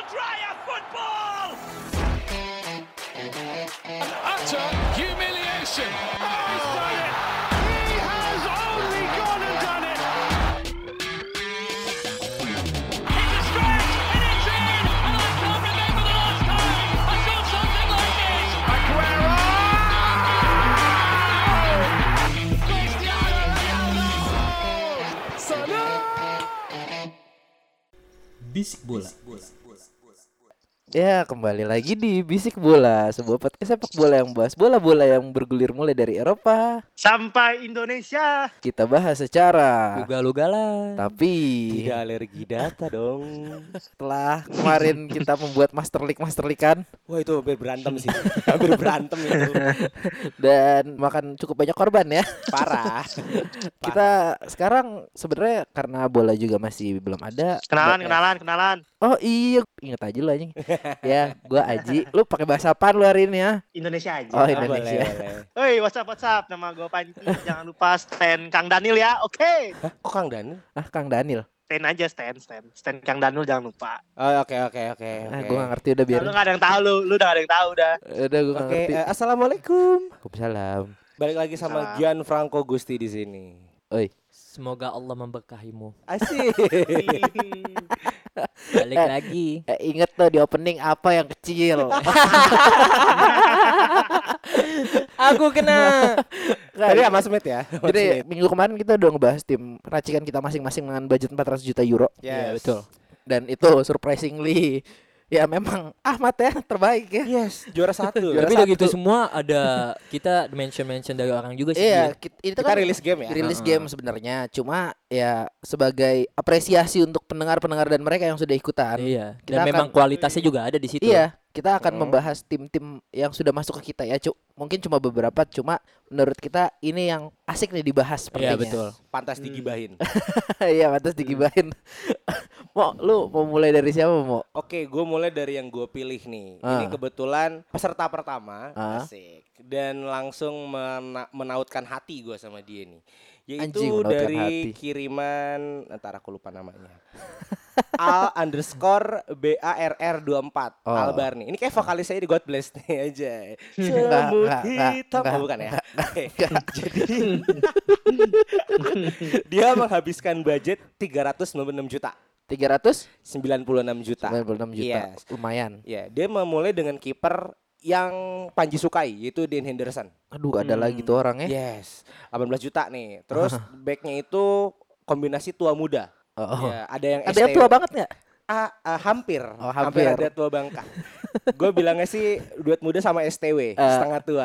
Dryer football! Utter humiliation. Oh, he's done it! He has only gone and done it! It's a stretch, and it's in! And I can't remember the last time I saw something like this! Aguero! Cristiano Ronaldo! Salah! Bisik Bola. Ya, kembali lagi di Bisik Bola, sebuah podcast sepak bola yang bahas bola-bola yang bergulir mulai dari Eropa sampai Indonesia. kita bahas secara Ugal-ugalan. tapi Tidak alergi data dong. setelah kemarin kita membuat Master League kan Wah, itu hampir berantem sih. Hampir berantem itu. dan makan cukup banyak korban ya. Parah. Kita sekarang sebenarnya karena bola juga masih belum ada. Kenalan. Oh iya, inget aja lu anjing. Ya, gua Aji. Lu pakai bahasa apaan lu hari ini ya? Indonesia aja. Oh, Indonesia. Boleh. Woi, WhatsApp. Nama gue Panji. Jangan lupa stand Kang Daniel ya. Oke. Kok Kang Daniel? Ah, Kang Daniel. Stand aja stand Kang Daniel jangan lupa. Oh, oke. Ah, gua gak ngerti udah biar. Lu gak ada yang tahu lu udah ada yang tahu udah. Udah gua gak Oke, ngerti. assalamualaikum. Waalaikumsalam. Balik lagi sama Gianfranco Gusti di sini. Oi. Semoga Allah memberkahimu. Asik. Balik lagi. Ingat tuh di opening apa yang kecil. Aku kena. Tadi sama Smith ya. Jadi minggu kemarin kita udah ngebahas tim racikan kita masing-masing dengan budget 400 juta euro. Yes. Betul. Dan itu surprisingly ya memang Ahmad ya terbaik ya. Yes, juara satu. Tapi udah gitu semua ada kita mention dari orang juga sih. Iya, Gil. itu Kita kan rilis game ya. rilis game sebenarnya. Cuma ya sebagai apresiasi untuk pendengar-pendengar dan mereka yang sudah ikutan. Iya. Kita Dan memang akan- kualitasnya juga ada di situ. Iya, kita akan membahas tim-tim yang sudah masuk ke kita ya, Cuk. Mungkin cuma beberapa, cuma menurut kita ini yang asik nih dibahas sepertinya. Iya, betul. Pantas digibahin. Iya, pantas digibahin. Mo, lu mau mulai dari siapa, Mo? Oke, gue mulai dari yang gue pilih nih. Ini Ah. kebetulan peserta pertama, Ah. asik. Dan langsung menautkan hati gue sama dia nih. Yaitu Anjing, menautkan dari hati. kiriman, ntar aku lupa namanya. Al_BARR24 Oh. Albar nih. Ini kayak vokalis saya di God Bless nih aja. Enggak, Semut enggak, hitam. enggak, Oh, bukan ya. Jadi dia menghabiskan budget 396 juta. 396 juta. juta. Yes. Lumayan. Ya, dia memulai dengan kiper yang Panji sukai, yaitu Dean Henderson. Aduh, ada lagi tuh orang ya. Yes, 18 juta nih. Terus backnya itu kombinasi tua muda. Oh. Ya, ada yang Ada yang tua banget nggak? hampir. Oh, hampir. Ada tua bangka. Gue bilangnya sih duet muda sama STW, setengah tua.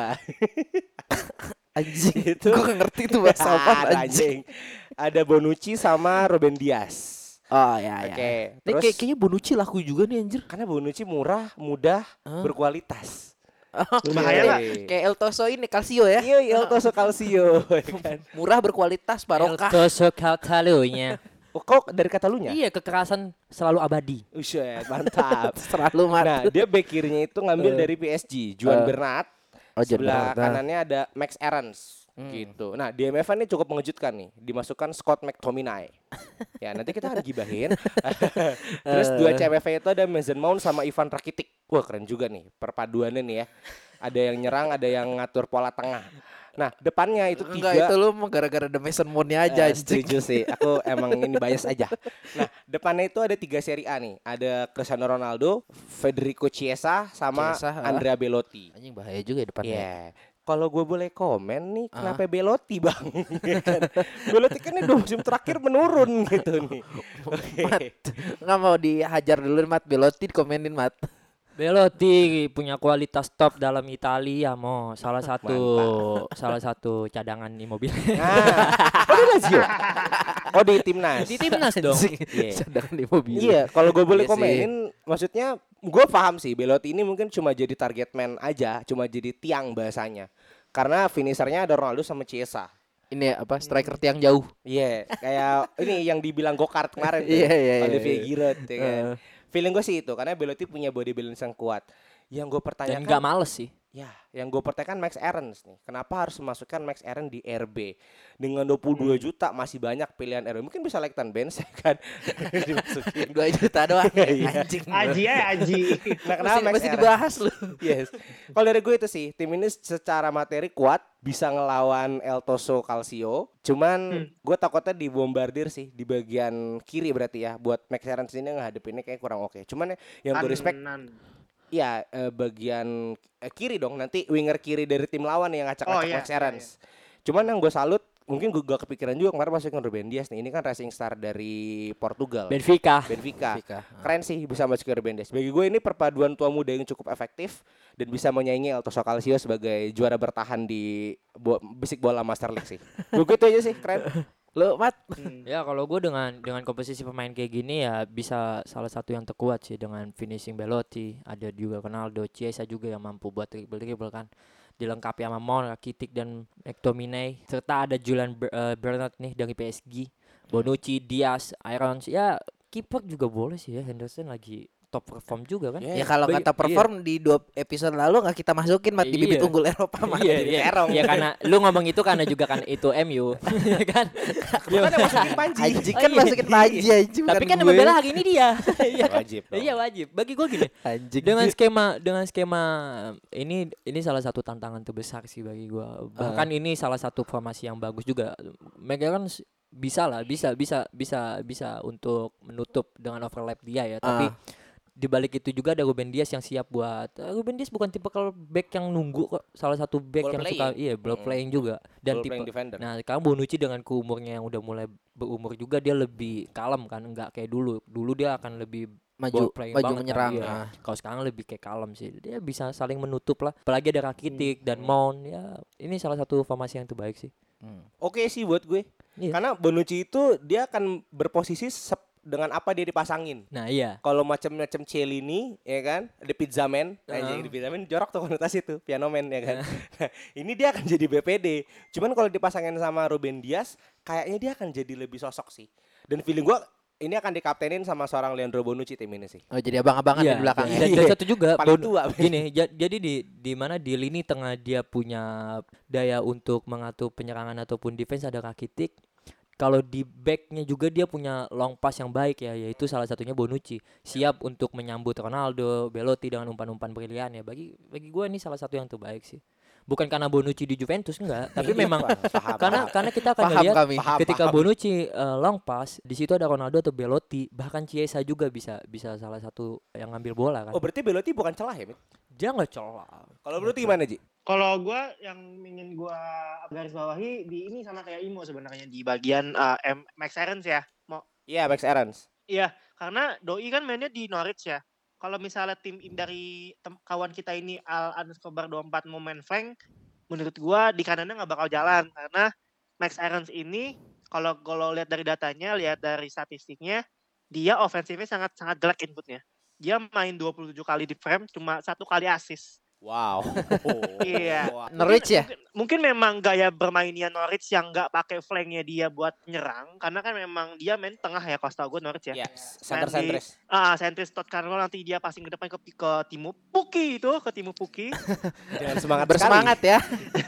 Anjing. Itu. Gue gak ngerti tuh bahasa apa Ada anjing. Ada Bonucci sama Ruben Dias. Oh ya ya. Oke, Ini terus kayaknya Bonucci laku juga nih anjir. karena Bonucci murah, mudah, berkualitas. Bahaya lah. Kayak El Toso ini Calcio ya. Iya, El Toso Calcio, ya kan? Murah berkualitas barokah. Katalunya. Oh, kok dari Katalunya? Iya, kekerasan selalu abadi. Uset, mantap. Selalu Nah, mati. dia back kirinya itu ngambil dari PSG, Juan Bernat. Oh, Juan Sebelah Bernat. kanannya ada Max Aarons. Gitu. Nah, di MFN ini cukup mengejutkan nih. Dimasukkan Scott McTominay. Ya, nanti kita akan gibahin. Terus dua CMF itu ada Mason Mount sama Ivan Rakitic. Wah, keren juga nih perpaduannya nih ya. Ada yang nyerang, ada yang ngatur pola tengah. Nah, depannya itu Enggak, tiga. itu lu mau gara-gara The Mason Mount-nya aja anjing. Setuju sih. Aku emang ini bias aja. Nah, depannya itu ada 3 Serie A nih. Ada Cristiano Ronaldo, Federico Chiesa, sama Chiesa, Andrea Belotti. Anjing bahaya juga ya depannya. Iya. Kalau gue boleh komen nih, kenapa Belotti bang? Belotti kan ini 2 musim terakhir menurun gitu nih. Mat, nggak mau dihajar dulu Mat, Belotti dikomenin Mat. Belotti punya kualitas top dalam Italia, Mo. Salah satu cadangan Immobile. Nah, oh di Lazio? Oh di timnas? Di timnas dong. Iya. Sedangkan di mobil. Iya, kalau gue boleh Iya sih. komenin, maksudnya gue paham sih Belotti ini mungkin cuma jadi target man aja, cuma jadi tiang bahasanya. Karena finishernya ada Ronaldo sama Chiesa. Ini apa striker tiang jauh. Iya, kayak ini yang dibilang go-kart kemarin tuh. Iya. Olivier Giroud ya kan. Feeling gue sih itu karena Belotti punya body balance yang kuat. Yang gue Dan pertanyakan nggak males sih. Ya, yang gue pertanyakan Max Aarons nih. Kenapa harus memasukkan Max Aarons di RB? Dengan 22 juta masih banyak pilihan RB. Mungkin bisa Lektan Benz ya kan. Dimasukin 2 juta doang. Iya. Anjing. Aji ya Aji. Nah, kenapa Max Masih Aarons? dibahas lu. Yes. Kalau dari gue itu sih, tim ini secara materi kuat, bisa ngelawan El Toso Calcio. Cuman gue takutnya dibombardir sih di bagian kiri berarti ya. Buat Max Aarons ini ngadepinnya kayak kurang oke. Cuman yang gue respect ya bagian kiri dong, nanti winger kiri dari tim lawan yang ngacak-ngacak Max Aarons. Cuman yang gue salut, mungkin gue gak kepikiran juga kemarin masukin Ruben Dias nih. Ini kan Racing Star dari Portugal. Benfica. Keren sih bisa masukin Ruben Dias. Bagi gue ini perpaduan tua muda yang cukup efektif dan bisa menyaingi El Toso Calcio sebagai juara bertahan di bisik bola Master League sih. Begitu aja sih, keren. Lu Mat. Ya kalau gue dengan komposisi pemain kayak gini ya bisa salah satu yang terkuat sih dengan finishing Belotti, ada juga Ronaldo, Chiesa juga yang mampu buat dribble kan, dilengkapi sama Mount, Rakitic dan McTominay, serta ada Julian Bernat nih dari PSG, Bonucci, Diaz, Aarons, ya kiper juga boleh sih ya, Henderson lagi top perform juga kan. Ya kalau kata perform di 2 episode lalu nggak kita masukin Mat di bibit unggul Eropa Mat. Iya, ya karena lu ngomong itu karena juga kan itu MU ya kan. Bukan masukin Panji. Anjing kan masukin Panji anjing. Tapi kan gue. membela hari ini dia. Iya kan? Wajib dong. Iya wajib. Bagi gue gini. Anjing. Dengan skema ini salah satu tantangan terbesar sih bagi gue. Bahkan ini salah satu formasi yang bagus juga. Mereka kan bisa untuk menutup dengan overlap dia ya. Tapi di balik itu juga ada Ruben Dias yang siap buat Ruben Dias bukan tipe kalau back yang nunggu kok, salah satu back Ball yang playing. suka ball playing juga dan Ball tipe playing defender. nah sekarang Bonucci dengan umurnya yang udah mulai berumur juga dia lebih kalem kan, enggak kayak dulu dia akan lebih maju playing maju banget menyerang. kan, iya. Kalau sekarang lebih kayak kalem sih, dia bisa saling menutup lah, apalagi ada Rakitic dan Mount, ya ini salah satu formasi yang terbaik sih. Oke sih buat gue. Iya. Karena Bonucci itu dia akan berposisi dengan apa dia dipasangin. Nah iya. Kalau macam-macam Cielini ya kan, ada Pizza Man. Di Pizza Man jorok tuh konotasi tuh, piano man ya kan. Nah, ini dia akan jadi BPD. Cuman kalau dipasangin sama Ruben Dias, kayaknya dia akan jadi lebih sosok sih. Dan feeling gua ini akan dikaptenin sama seorang Leandro Bonucci tim ini sih. Oh jadi abang-abangan di belakang. Dan satu juga Paling tua. gini, jadi di mana di lini tengah dia punya daya untuk mengatur penyerangan ataupun defense ada Rakitic. Kalau di backnya juga dia punya long pass yang baik ya, yaitu salah satunya Bonucci, siap untuk menyambut Ronaldo, Belotti dengan umpan-umpan brilian ya. Bagi gue ini salah satu yang terbaik sih. Bukan karena Bonucci di Juventus enggak, tapi memang karena kita akan lihat ketika Bonucci long pass, di situ ada Ronaldo atau Belotti, bahkan Chiesa juga bisa salah satu yang ngambil bola kan. Oh berarti Belotti bukan celah ya, Mit? Dia enggak celah. Kalau menurut gimana, Ji? Kalau gue yang ingin gue garis bawahi di ini sama kayak Imo sebenarnya di bagian Max Aarons ya. Iya, Max Aarons. Iya, karena Doi kan mainnya di Norwich ya. Kalau misalnya tim dari kawan kita ini Al_24 mau main flank, menurut gue di kanannya nggak bakal jalan karena Max Aarons ini kalau lihat dari datanya, lihat dari statistiknya, dia ofensifnya sangat jelek inputnya. Dia main 27 kali di frame, cuma 1 kali assist. Wow. Iya. Norwich ya? Mungkin memang gaya bermainnya Norwich yang nggak pakai flanknya dia buat nyerang, karena kan memang dia main tengah ya, kalau setahu gue Norwich ya. Iya, center-centris. Sentris Todd Carroll, nanti dia passing ke depan ke Timo Pukki itu, ke Timo Pukki. Dengan semangat Bersemangat ya.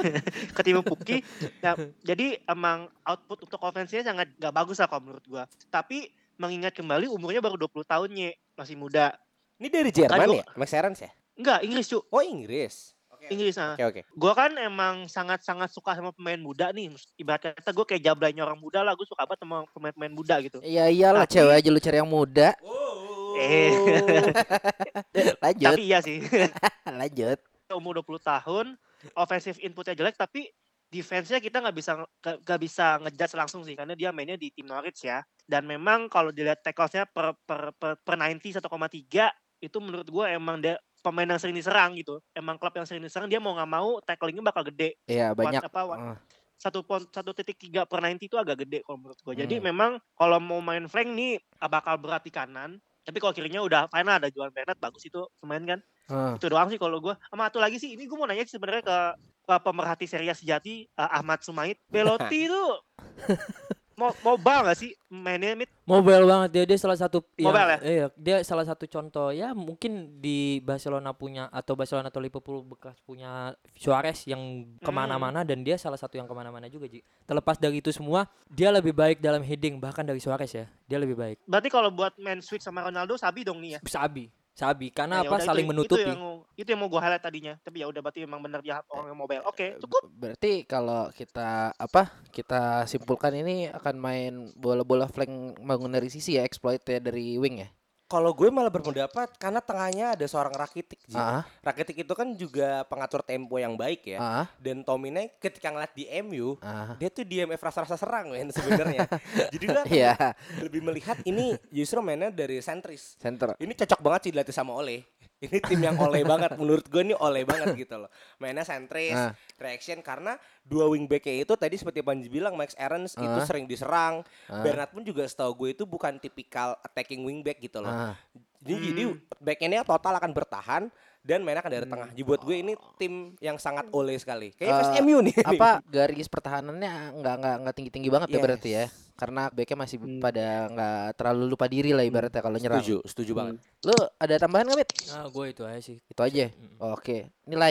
Ke Timo Pukki. Nah, jadi emang output untuk offense-nya sangat nggak bagus lah kalau menurut gue. Tapi mengingat kembali umurnya baru 20 tahun masih muda. Ini dari Jerman ya, Max Aarons ya? Enggak, Inggris cu. Oh Inggris. Inggris. Nah. Oke. Gue kan emang sangat suka sama pemain muda nih. Ibarat kata gue kayak jablanya orang muda lah. Gue suka banget sama pemain-pemain muda gitu. Iya iyalah, cewek aja lu cari yang muda. Lanjut. Tapi iya sih. Lanjut. Umur 20 tahun, offensive inputnya jelek, tapi defense-nya kita nggak bisa ngejudge langsung sih, karena dia mainnya di tim Norwich ya. Dan memang kalau dilihat tackles-nya per 90 1,3 itu menurut gue emang dia pemain yang sering diserang gitu. Emang klub yang sering diserang, dia mau nggak mau tacklingnya bakal gede. Iya banyak. 1.3 per 90 itu agak gede kalau menurut gue. Jadi memang kalau mau main flank nih bakal berat di kanan. Tapi kalau kirinya udah final, ada Juan Bernat bagus itu pemain kan. Itu doang sih kalau gue. Sama satu lagi sih, ini gue mau nanya sih sebenarnya ke pemerhati Serie A sejati, Ahmad Sumaid. Belotti itu Mobile nggak sih mainnya Mit? Mobile banget dia salah satu Mobile ya? Iya, dia salah satu contoh ya mungkin di Barcelona punya atau Barcelona atau Liverpool bekas punya Suarez yang kemana-mana dan dia salah satu yang kemana-mana juga Ji. Terlepas dari itu semua dia lebih baik dalam heading bahkan dari Suarez ya. Dia lebih baik. Berarti kalau buat main switch sama Ronaldo sabi dong nih ya. Sabi karena Ya apa udah, saling itu menutupi. itu yang mau gue highlight tadinya. Tapi ya udah berarti memang benar dia orang yang mobile. Oke, cukup. Berarti kalau kita simpulkan ini akan main bola-bola flank bangun dari sisi ya, exploit ya dari wing ya. Kalau gue malah berpendapat karena tengahnya ada seorang Rakitic. Ah. Rakitic itu kan juga pengatur tempo yang baik ya. Ah. Dan Tomine ketika ngeliat di MU, Ah. dia tuh DMF rasa-rasa serang men sebenarnya. Jadi dia Iya, lebih melihat ini justru mainnya dari sentris. center. Ini cocok banget sih dilatih sama Ole. Ini tim yang Ole banget menurut gue ini Ole banget gitu loh. Mainnya sentris, reaction karena dua wingback-nya itu tadi seperti Panji bilang Max Aarons itu sering diserang. Bernat pun juga setahu gue itu bukan tipikal attacking wingback gitu loh. Jadi back-nya ini total akan bertahan dan mainnya akan dari tengah. Jadi buat gue ini tim yang sangat Ole sekali. Kayaknya pasti MU nih. Apa garis pertahanannya nggak tinggi-tinggi banget ya berarti ya? Karena backnya masih pada nggak terlalu lupa diri lah ibaratnya kalau nyerang. Setuju banget. Lu ada tambahan nggak, Mit? Gue itu aja sih. Itu aja. Oke. Nilai.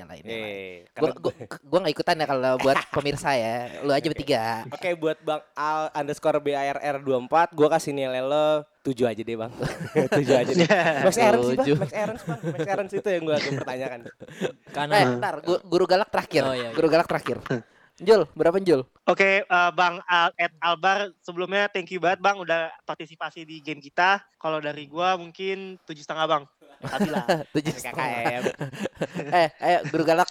Gua nggak ikutan ya kalau buat pemirsa ya. Lu aja bertiga. Oke, buat Bang Al _BARR24 gue kasih nilai lo 7 aja deh Bang. 7 aja deh. Max Aarons sih Bang. Max Aarons itu yang gue agak pertanyakan. Karena Ntar guru galak terakhir. Oh, iya. Guru galak terakhir. Jul, berapa Jul? Oke, Bang Albar sebelumnya thank you banget Bang udah partisipasi di game kita. Kalau dari gua mungkin 7,5 Bang. Tapi lah. 7,5. KKM. Ayo guru galak.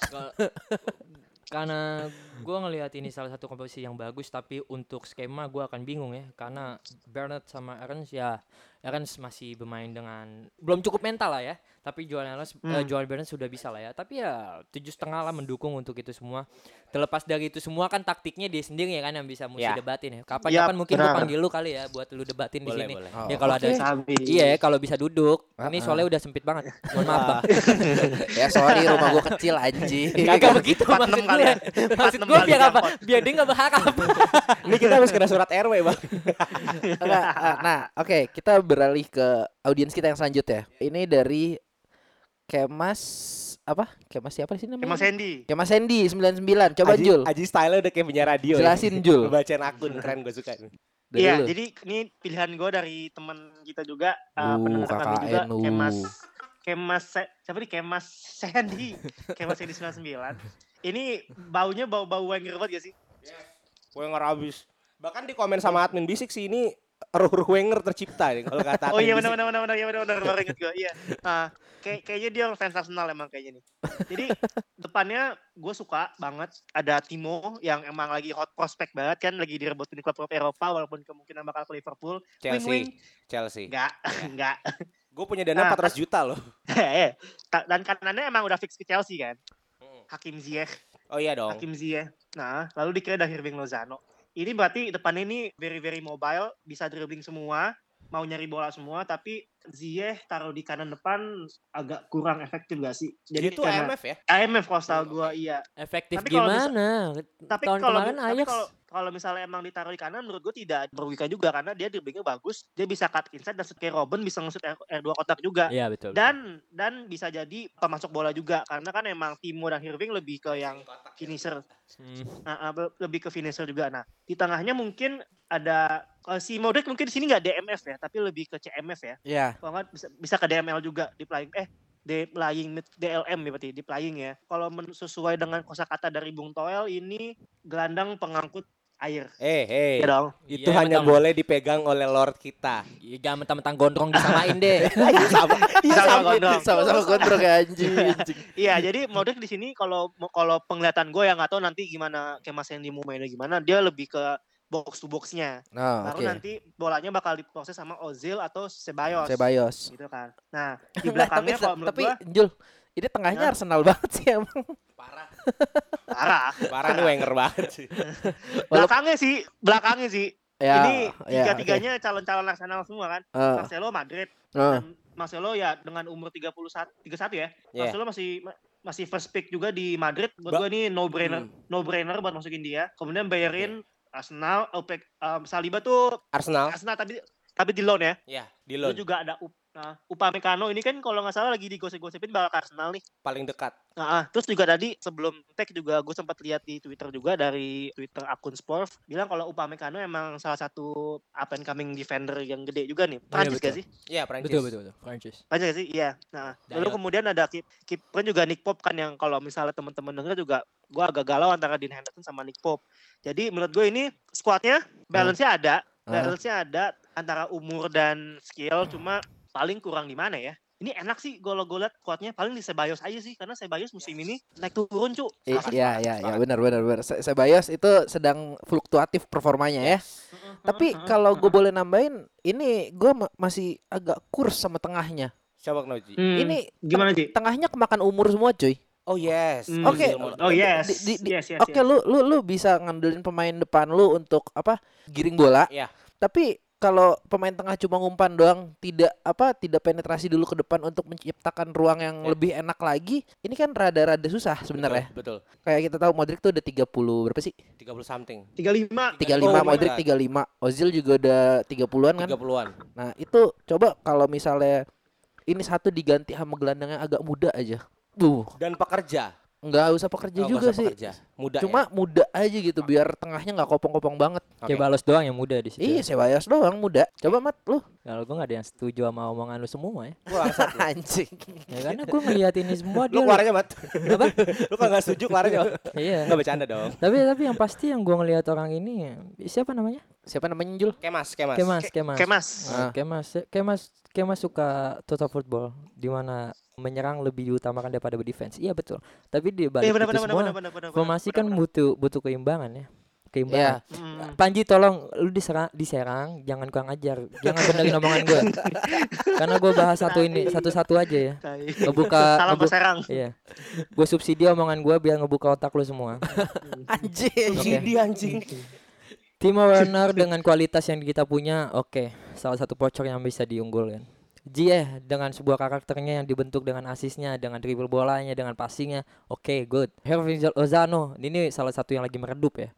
karena gue ngelihat ini salah satu komposisi yang bagus tapi untuk skema gue akan bingung ya karena Bernat sama Aarons masih bermain dengan belum cukup mental lah ya tapi Joan Bernat sudah bisa lah ya tapi ya 7,5 lah mendukung untuk itu semua terlepas dari itu semua kan taktiknya dia sendiri ya kan yang bisa mesti debatin ya kapan-kapan mungkin gue panggil lu kali ya buat lu debatin di sini ya kalau ada iya kalau bisa duduk ini soalnya udah sempit banget mohon maaf Bang. Ya sorry rumah gua kecil anjing. Kagak begitu maksud gue. ya. Maksud gue biar apa? Biar dia nggak berharap. Ini kita harus kena surat RW Bang. Nah, oke, kita beralih ke audiens kita yang selanjutnya. Ini dari Kemas apa? Kemas siapa sih namanya? Kemas Sandy. Kemas Sandy 99. Coba Jul. Aji style udah kayak punya radio. Jelasin Jul. Bacain akun keren gue suka. Iya, jadi ini pilihan gue dari teman kita juga pendengar kami juga Kemas Sandy 99. Ini baunya bau Wenger banget gak sih? Wenger abis. Bahkan di komen sama admin Bisik sih ini ruh Wenger tercipta nih kalau kata. Oh iya benar baru inget gue. Iya. Kayaknya dia fans Arsenal emang kayaknya nih. Jadi depannya gue suka banget ada Timo yang emang lagi hot prospect banget kan lagi direbutin klub-klub Eropa walaupun kemungkinan bakal ke Liverpool. Chelsea. Enggak. Gue punya dana 400 juta loh. Dan kanannya emang udah fix ke Chelsea kan. Hakim Ziyech. Oh iya dong. Hakim Ziyech. Nah, lalu dikira dari Hirving Lozano. Ini berarti depannya ini very mobile, bisa dribbling semua, mau nyari bola semua, tapi Ziyech taruh di kanan depan agak kurang efektif gak sih? Jadi itu AMF ya? AMF kalau setahu gue iya. Efektif Tapi kalau gimana? Tahun kemarin Ajax kalau misalnya emang ditaruh di kanan menurut gue tidak merugikan juga karena dia dribblingnya bagus, dia bisa cut inside dan kayak Robben bisa nge-shoot R2 kotak juga. Iya betul. Dan bisa jadi pemasok bola juga karena kan emang Timo dan Hirving lebih ke yang finisher. Lebih ke finisher juga. Nah, di tengahnya mungkin ada si Modric mungkin di sini nggak DMF ya, tapi lebih ke CMF ya. Iya. Kalau nggak bisa ke DML juga di playing DLM ya berarti di playing ya. Kalau sesuai dengan kosakata dari Bung Toel ini gelandang pengangkut air. Ya dong. Itu hanya boleh dipegang oleh Lord kita. Jangan mentang-mentang gondrong disamain deh. Sama-sama gondrong ya anjing. Iya, jadi Modric di sini kalau penglihatan gue yang nggak tahu nanti gimana Kemas Sandy mau mainnya gimana, dia lebih ke box to boxnya. Baru nanti bolanya bakal diproses sama Ozil atau Ceballos. Gitu kan. Nah, di belakangnya kalau menurut gua Jul, ini tengahnya Arsenal banget sih emang. Parah nih Wenger banget sih. Belakangnya sih. Ya, ini tiga-tiganya calon-calon Arsenal semua kan. Marcelo Madrid. Dan Marcelo ya dengan umur 31 ya. Marcelo masih first pick juga di Madrid. Buat gue ini no brainer buat masukin dia. Kemudian Bellerin Arsenal, Saliba tuh Arsenal. Arsenal tapi di loan ya. Ya, di Lu loan juga ada Upamecano ini kan kalau nggak salah lagi digosip-gosipin bakal ke Arsenal nih. paling dekat. Terus juga tadi sebelum tag juga gue sempat lihat di Twitter juga dari Twitter akun Spurs bilang kalau Upamecano emang salah satu up and coming defender yang gede juga nih. Prancis gak sih? Iya, Prancis. Betul. Prancis. Prancis gak sih? Iya. Nah, lalu Dayot. kemudian ada kiper juga Nick Pope kan yang kalau misalnya teman-teman denger juga gue agak galau antara Dean Henderson sama Nick Pope. Jadi menurut gue ini squadnya balance-nya ada antara umur dan skill cuma paling kurang di mana ya? Ini enak sih gue liat kuatnya paling di Ceballos aja sih karena Ceballos musim ini naik turun cu. Iya benar. Ceballos itu sedang fluktuatif performanya ya. Tapi kalau gue boleh nambahin, ini gue masih agak kurs sama tengahnya. Siapa Knoji? Ini gimana sih? Tengahnya kemakan umur semua cuy. Oh yes. Oke. Oh yes. Yes. Oke, lu bisa ngandelin pemain depan lu untuk giring bola. Iya. Tapi kalau pemain tengah cuma ngumpan doang, tidak penetrasi dulu ke depan untuk menciptakan ruang yang lebih enak lagi, ini kan rada-rada susah sebenarnya. Betul. Kayak kita tahu Modric tuh udah 30 berapa sih? 30 something. 35. 35 Modric 35. Ozil juga udah 30-an kan? 30-an. Nah, itu coba kalau misalnya ini satu diganti sama gelandang yang agak muda aja. Dan pekerja. Nggak usah pekerja juga sih. Muda. Cuma muda aja gitu biar tengahnya nggak kopong-kopong banget. Ceballos doang yang muda di situ. Iya, Ceballos doang muda. Coba Mat lu. Kalau gue nggak ada yang setuju sama omongan lu semua ya. Gua bangsat lu. Anjing. Ya karena gue ngeliat ini semua Lu keluarnya, Mat. Apa? Lu kan enggak setuju keluarnya. Iya. Enggak bercanda dong. Tapi yang pasti yang gue ngelihat orang ini siapa namanya? Siapa namanya Jul? Kemas. Kemas suka total football di mana menyerang lebih diutamakan daripada defense. Iya betul. Tapi di balik itu semua formasi kan butuh keimbangan ya. Keimbangan. Panji tolong lu diserang, jangan kurang ajar. Jangan benerin omongan gue. Karena gue bahas satu-satu aja ya. Salam berserang. Iya. Gue subsidi omongan gue biar ngebuka otak lu semua. Anjing. Anjing. Timo Werner dengan kualitas yang kita punya, oke, salah satu pocong yang bisa diunggulkan. Ziyech dengan sebuah karakternya yang dibentuk dengan asisnya, dengan dribble bolanya, dengan passingnya, oke, good. Hirving Lozano, ini salah satu yang lagi meredup ya.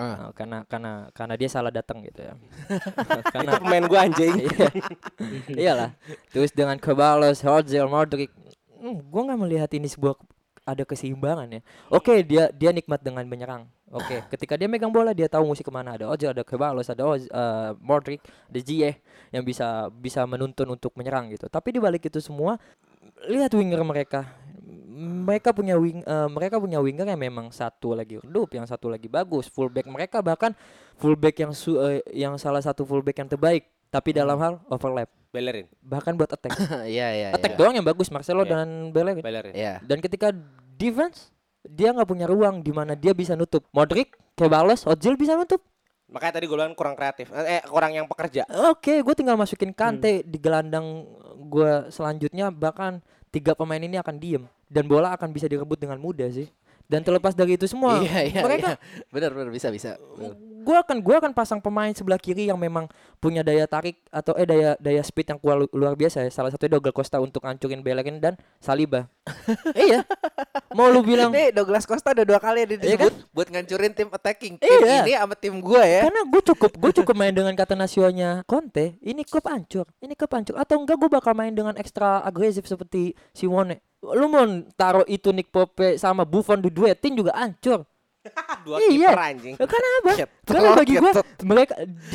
Karena dia salah datang gitu ya. Karena itu pemain gua anjing. Iyalah. Terus dengan Ceballos, Ozil, Modric, gua nggak melihat ini sebuah ada keseimbangan ya. Oke, dia nikmat dengan menyerang. Oke, ketika dia megang bola dia tahu mesti kemana. Ada Ozil, ada Ceballos, ada Modric, ada Ziyech yang bisa menuntun untuk menyerang gitu. Tapi di balik itu semua, lihat winger mereka. Mereka punya winger yang memang satu lagi redup, yang satu lagi bagus. Fullback mereka bahkan fullback yang salah satu fullback yang terbaik. Tapi dalam hal overlap. Bellerin. Bahkan buat attack. Iya. Attack doang yang bagus Marcelo dan Bellerin. Iya. Dan ketika defense dia nggak punya ruang di mana dia bisa nutup. Modric, Ceballos, Ozil bisa nutup. Makanya tadi gue bilang kurang kreatif. Kurang yang pekerja. Oke, gue tinggal masukin Kante di gelandang gue selanjutnya, bahkan 3 pemain ini akan diem dan bola akan bisa direbut dengan mudah sih. Dan terlepas dari itu semua, mereka benar bisa. Gue akan pasang pemain sebelah kiri yang memang punya daya tarik atau daya speed yang luar biasa ya. Salah satunya Douglas Costa untuk hancurin Bellerin dan Saliba. Iya. Mau lu bilang nih Douglas Costa udah 2 kali disebut buat ngancurin tim attacking. Tim ini sama tim gue ya. Karena gue cukup main dengan kata nasionya Conte. Ini klub hancur. Atau enggak gue bakal main dengan ekstra agresif seperti Simone. Lu mau taruh itu Nick Pope sama Buffon diduetin juga hancur. Dua kiper anjing. Kenapa? Karena bagi gue mereka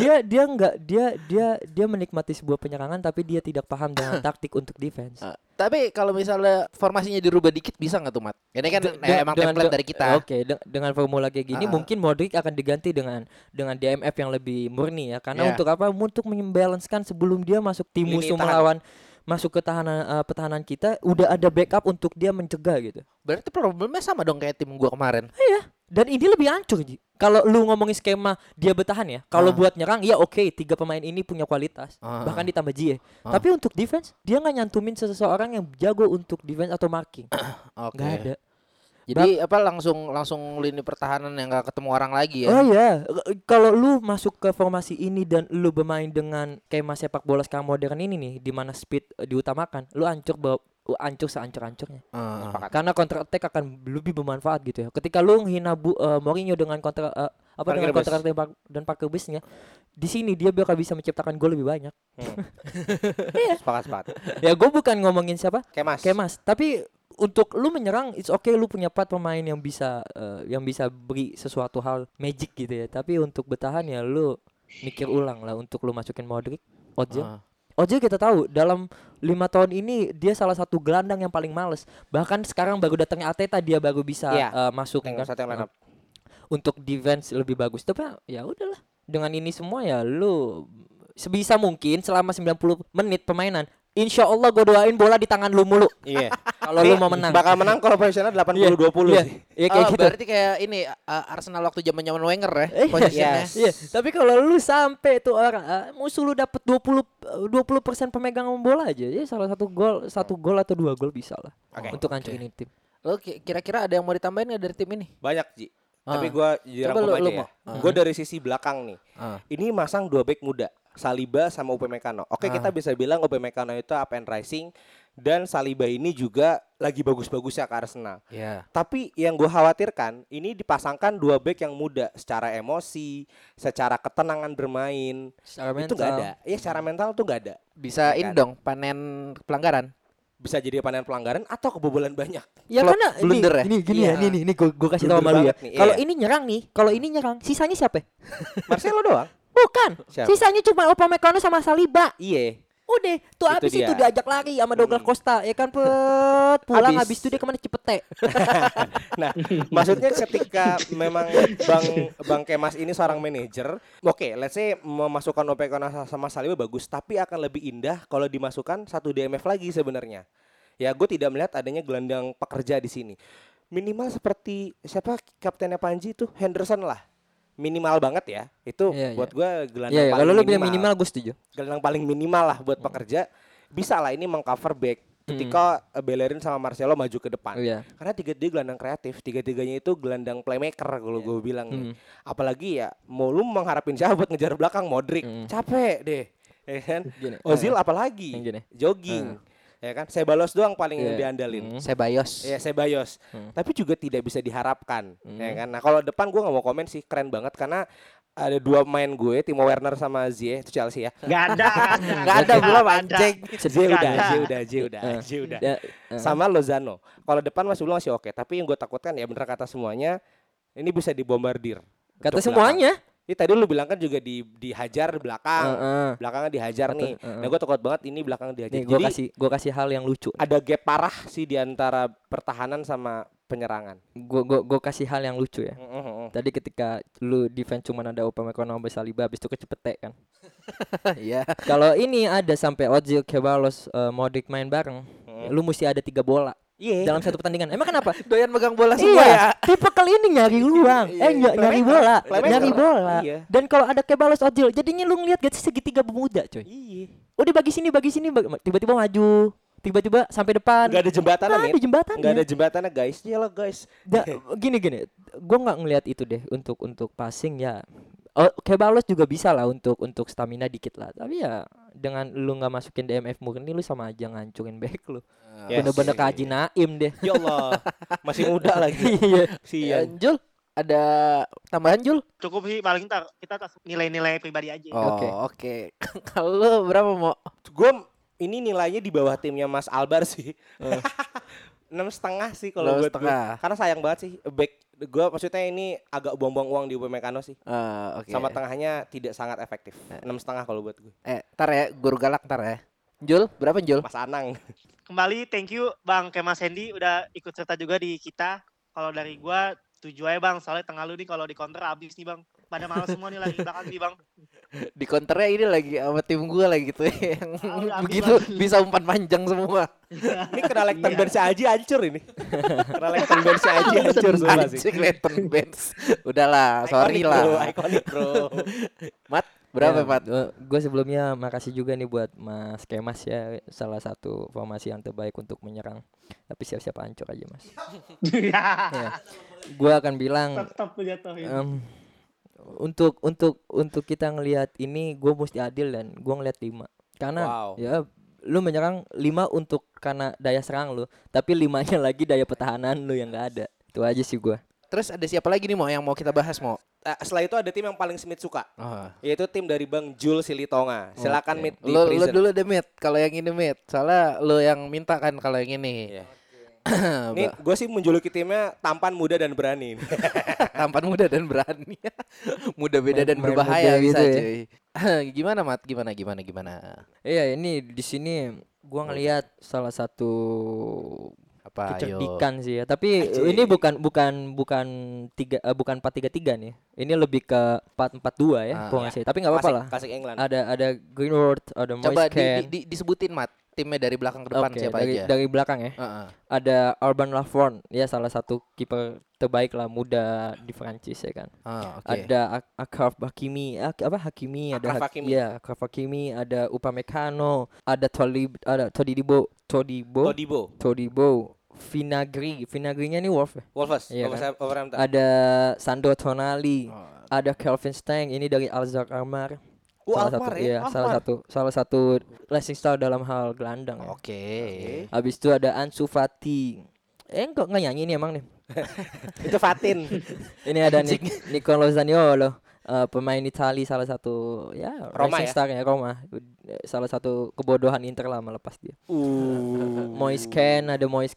dia menikmati sebuah penyerangan tapi dia tidak paham dengan taktik untuk defense. Tapi kalau misalnya formasinya dirubah dikit bisa nggak tuh Mat? Ini kan emang template dari kita. Oke, dengan formula kayak gini mungkin Modric akan diganti dengan DMF yang lebih murni ya. Karena untuk apa? Untuk membalancekan sebelum dia masuk tim musuh melawan masuk ke pertahanan kita udah ada backup untuk dia mencegah gitu. Berarti problemnya sama dong kayak tim gua kemarin. Iya. Dan ini lebih hancur Ji. Kalau lu ngomongin skema dia bertahan ya. Kalau buat nyerang ya oke, 3 pemain ini punya kualitas. Bahkan ditambah Ziyech. Tapi untuk defense dia nggak nyantumin seseorang yang jago untuk defense atau marking. Nggak ada. Jadi langsung lini pertahanan yang gak ketemu orang lagi ya. Oh iya, kalau lu masuk ke formasi ini dan lu bermain dengan skema sepak bola sekarang modern ini nih, di mana speed diutamakan, lu hancur ancur seancur-ancurnya. Sepakat. Karena counter attack akan lebih bermanfaat gitu ya. Ketika lu menghina Mourinho dengan counter dengan counter attack dan Parker Base-nya, di sini dia bakal bisa menciptakan gol lebih banyak. Sepakat. Ya gue bukan ngomongin siapa? Kemas. Tapi untuk lu menyerang it's okay, lu punya 4 pemain yang bisa beri sesuatu hal magic gitu ya. Tapi untuk bertahan ya lu mikir ulang lah untuk lu masukin Modric, Ozil kita tahu dalam 5 tahun ini dia salah satu gelandang yang paling males. Bahkan sekarang baru datangnya Arteta dia baru bisa masuk kan, untuk defense lebih bagus. Tapi ya udahlah. Dengan ini semua ya lu sebisa mungkin selama 90 menit permainan, insya Allah gue doain bola di tangan lu mulu. Iya. Kalau lu mau menang. Bakal menang kalau posisional 80-20 sih. Iya kayak gitu. Berarti kayak ini Arsenal waktu zaman Wenger ya posisinya. Iya. Tapi kalau lu sampai tuh orang musuh lu dapat 20% pemegangan bola aja, ya salah satu gol atau 2 gol bisa lah untuk hancurin tim. Lo kira-kira ada yang mau ditambahin nggak dari tim ini? Banyak, Ji. Tapi gue Coba rangkum aja ya. Gue dari sisi belakang nih. Ini masang 2 back muda, Saliba sama Upamecano. Oke, kita bisa bilang Upamecano itu up and rising dan Saliba ini juga lagi bagus-bagusnya ke Arsenal. Yeah. Tapi yang gue khawatirkan ini dipasangkan 2 back yang muda, secara emosi, secara ketenangan bermain, Secara itu nggak ada. Ya secara mental tuh nggak ada. Bisa ini dong panen pelanggaran. Bisa jadi panen pelanggaran atau kebobolan banyak. Ya Flop karena blunder ya? Ini gue kasih tahu sama lu ya. Banget nih, Kalau iya. Kalau ini nyerang, sisanya siapa? Marcelo doang. Bukan. Siapa? Sisanya cuma Upamecano sama Saliba. Iya. Udah, tuh Itu habis dia. itu diajak lari sama Douglas Costa, ya kan pulang habis itu dia kemana Cipete. Nah, maksudnya ketika memang Bang Kemas ini seorang manajer, oke, let's say memasukkan Upamecano sama Saliba bagus, tapi akan lebih indah kalau dimasukkan 1 DMF lagi sebenarnya. Ya, gue tidak melihat adanya gelandang pekerja di sini. Minimal seperti siapa kaptennya Panji itu Henderson lah. Minimal banget ya. Itu buat gue gelandang paling kalau lu minimal. bilang minimal gue setuju. Gelandang paling minimal lah buat pekerja. Bisa lah ini mengcover back ketika Bellerin sama Marcelo maju ke depan. Karena dia gelandang kreatif, tiga-tiganya itu gelandang playmaker kalau gue bilang. Apalagi ya mau lu mengharapin siapa buat ngejar belakang Modric. Capek deh. Ya kan? Ozil apalagi jogging. Ya kan, Ceballos doang paling diandalin. Ceballos. Ya, Ceballos. Tapi juga tidak bisa diharapkan, ya kan. Nah, kalau depan gue nggak mau komen sih, keren banget karena ada 2 main gue, Timo Werner sama Ziyech, itu Chelsea ya. Nggak ada belum anjing. J udah. Sama Lozano. Kalau depan masih oke, tapi yang gue takutkan ya bener kata semuanya, ini bisa dibombardir. Kata semuanya. Ini tadi lu bilang kan juga dihajar belakang, belakangnya dihajar nih. Nah gue takut banget ini belakang dihajar. Nih, gue kasih hal yang lucu. Ada gap parah sih di antara pertahanan sama penyerangan. Gue kasih hal yang lucu ya. Tadi ketika lu defense cuma ada Upamecano sama Saliba, habis itu kecepet kan. Iya. Kalau ini ada sampai Ozil, Ceballos, Modric main bareng, lu mesti ada 3 bola. Dalam satu pertandingan. Emang kenapa? Doyan megang bola semua ya. Tipe kali ini nyari ruang. Nyari bola. Nyari bola. Dan kalau ada Ceballos, Ozil, jadinya lu ngeliat gak sih segitiga bermuda, coy. Udah bagi sini, tiba-tiba maju. Tiba-tiba sampai depan. Gak ada jembatannya, Ada jembatannya. Gak ada jembatannya, guys. Iyalah, guys. Gini. Gue nggak ngelihat itu deh untuk passing ya. Ceballos juga bisa lah untuk stamina dikit lah. Tapi ya dengan lu nggak masukin DMF murni, lu sama aja ngancurin back lu. Bener-bener kaji Naim deh. Ya Allah, masih muda lagi. Sian. Jul, ada tambahan Jul? Cukup sih, paling kita nilai-nilai pribadi aja. Oke. Kalau lu berapa mau? Gue ini nilainya di bawah timnya Mas Albar sih. 6,5 sih kalau buat gue. Karena sayang banget sih back gue, maksudnya ini agak buang-buang uang di Upamecano sih. Sama tengahnya tidak sangat efektif. 6,5 kalau buat gue. Tar ya, guru galak tar ya. Jul, berapa Jul? Mas Anang. Kembali thank you Bang Kemas Hendy udah ikut serta juga di kita. Kalau dari gua 7 aja Bang, soalnya tengah lu nih kalau di counter abis nih Bang. Pada malas semua nih lagi belakang nih Bang. Di counternya ini lagi sama tim gua lagi gitu yang begitu bisa umpan panjang semua. Ini kena Leighton Bench aja hancur ini. Kena Leighton Bench aja hancur semua sih. Leighton Bench. Udahlah, sorry lah. Iconic bro. Mat, berapa Mat? Gue sebelumnya makasih juga nih buat Mas Kemas ya, salah satu formasi yang terbaik untuk menyerang. Tapi siap-siap hancur aja Mas. Gue akan bilang untuk kita ngelihat ini gue mesti adil dan gue ngelihat 5 karena ya lu menyerang 5 untuk karena daya serang lu, tapi 5-nya lagi daya pertahanan lu yang enggak ada. Itu aja sih gua. Terus ada siapa lagi nih yang mau kita bahas Setelah itu ada tim yang paling Smith suka, Oh. yaitu tim dari Bang Jul Silitonga. Silakan Mit di Lu Prison. dulu deh Mit, kalau yang ini Mit. Soalnya lu yang minta kan kalau yang ini. Iya. Ini gue sih menjuluki timnya tampan, muda dan berani. Tampan, muda dan berani. Muda, beda dan Main berbahaya muda bisa gitu ya. cuy. Gimana Mat? Gimana? Iya, ini di sini gua ngelihat salah satu Apa? Ayo. kecerdikan sih ya. Tapi ini bukan 4-3-3 nih. Ini lebih ke 4-4-2 ya, gua nggak sih. Tapi nggak apa-apa lah. Klasik England. Ada Greenwood, ada Coba Moise disebutin Mat, timnya dari belakang ke depan Oke, siapa aja? dari belakang ya. Heeh. Ada Urban Lafont, ya salah satu kiper terbaik lah muda di Prancis ya kan. Oke. Ada Akraf Hakimi, Hakimi, ada Achraf Hakimi. ya Akraf Hakimi, ada Upamecano, ada Todibo, Vinagrinya nih Wolf ya. Wolves, Iya kan? Wolverhampton. Ada Sandro Tonali, Oh. ada Kelvin Stengs, ini dari Al-Zahar Almar. Alkmaar ya? Salah satu rising star dalam hal gelandang ya. Oke. Habis itu ada Ansu Fati. Enggak nyanyi ini emang nih. Itu Fatin. Ini ada Nicolo Zaniolo, pemain Italia, salah satu ya Roma rising ya? star ya Roma. Salah satu kebodohan Inter lah melepas dia. Moise Kean,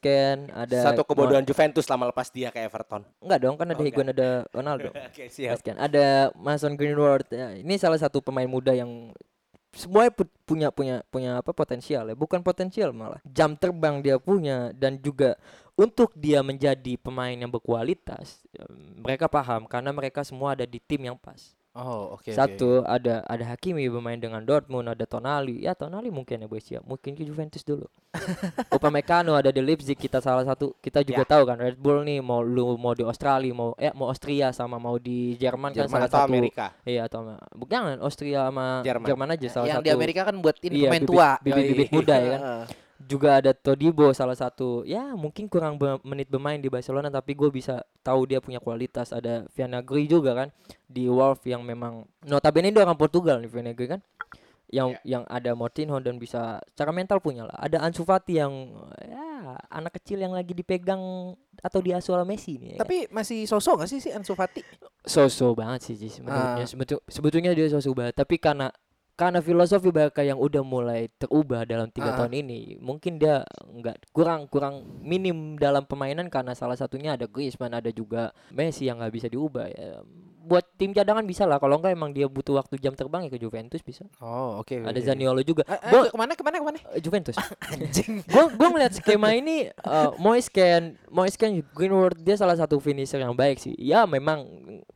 ada Satu kebodohan Juventus lama lepas dia ke Everton. Enggak dong, kan ada Higuain, ada Ronaldo. Oke, siap. Moise Kean. Ada Mason Greenwood. Ya, ini salah satu pemain muda yang semuanya punya apa potensial ya, bukan potensial malah jam terbang dia punya, dan juga untuk dia menjadi pemain yang berkualitas mereka paham karena mereka semua ada di tim yang pas. Oh, oke. Satu ada Hakimi bermain dengan Dortmund, ada Tonali mungkin ya siap, mungkin ke Juventus dulu. Upamecano ada di Leipzig, kita juga tahu kan Red Bull nih mau di Australia mau Austria sama mau di Jerman kan salah atau satu. Amerika. Iya atau bukan Austria sama Jerman aja salah Yang satu. di Amerika kan buat ini Iya, pemain tua. bibit muda ya kan. Heeh. Juga ada Todibo, salah satu ya mungkin kurang menit bermain di Barcelona tapi gue bisa tahu dia punya kualitas. Ada Vinagre juga kan di Wolves yang memang notabene dia orang Portugal nih Vinagre kan, yang ada Moutinho dan bisa secara mental punya lah. Ada Ansu Fati yang ya anak kecil yang lagi dipegang atau diasuh oleh Messi nih. Tapi masih sosok nggak sih Ansu Fati? So banget sih menurutnya. Sebetulnya dia sosok banget, tapi karena filosofi Barca yang udah mulai terubah dalam 3 tahun ini, mungkin dia kurang minim dalam permainan karena salah satunya ada Griezmann, ada juga Messi yang nggak bisa diubah ya. Buat tim cadangan bisa lah, kalau enggak emang dia butuh waktu jam terbang ya ke Juventus bisa. Oh, oke. Ada Zaniolo juga. Kemana? Juventus. Anjing. Gue ngeliat skema ini Moise Kean, Greenwood dia salah satu finisher yang baik sih. Ya memang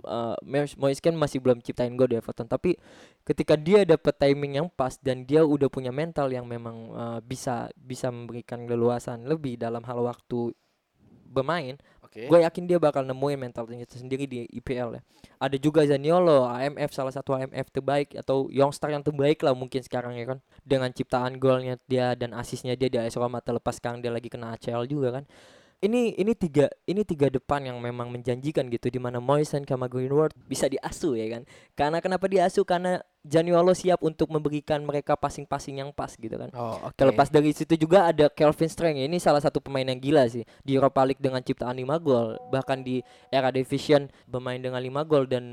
Moise Kean masih belum ciptain gol di Everton, tapi ketika dia dapat timing yang pas dan dia udah punya mental yang memang bisa memberikan leluasan lebih dalam hal waktu bermain, gue yakin dia bakal nemuin mentalnya sendiri di IPL ya. Ada juga Zaniolo, salah satu AMF terbaik atau youngster yang terbaik lah mungkin sekarang ya kan, dengan ciptaan golnya dia dan asisnya dia di AS Roma, terlepas sekarang dia lagi kena ACL juga kan. Ini tiga depan yang memang menjanjikan gitu, di mana Moise sama Greenwood bisa diasuh ya kan. Karena kenapa diasuh? Karena Zaniolo siap untuk memberikan mereka passing yang pas gitu kan. Oh, oke. Terlepas dari situ juga ada Kelvin Stengs. Ini salah satu pemain yang gila sih di Europa League dengan ciptaan 5 gol, bahkan di era Division bermain dengan 5 gol dan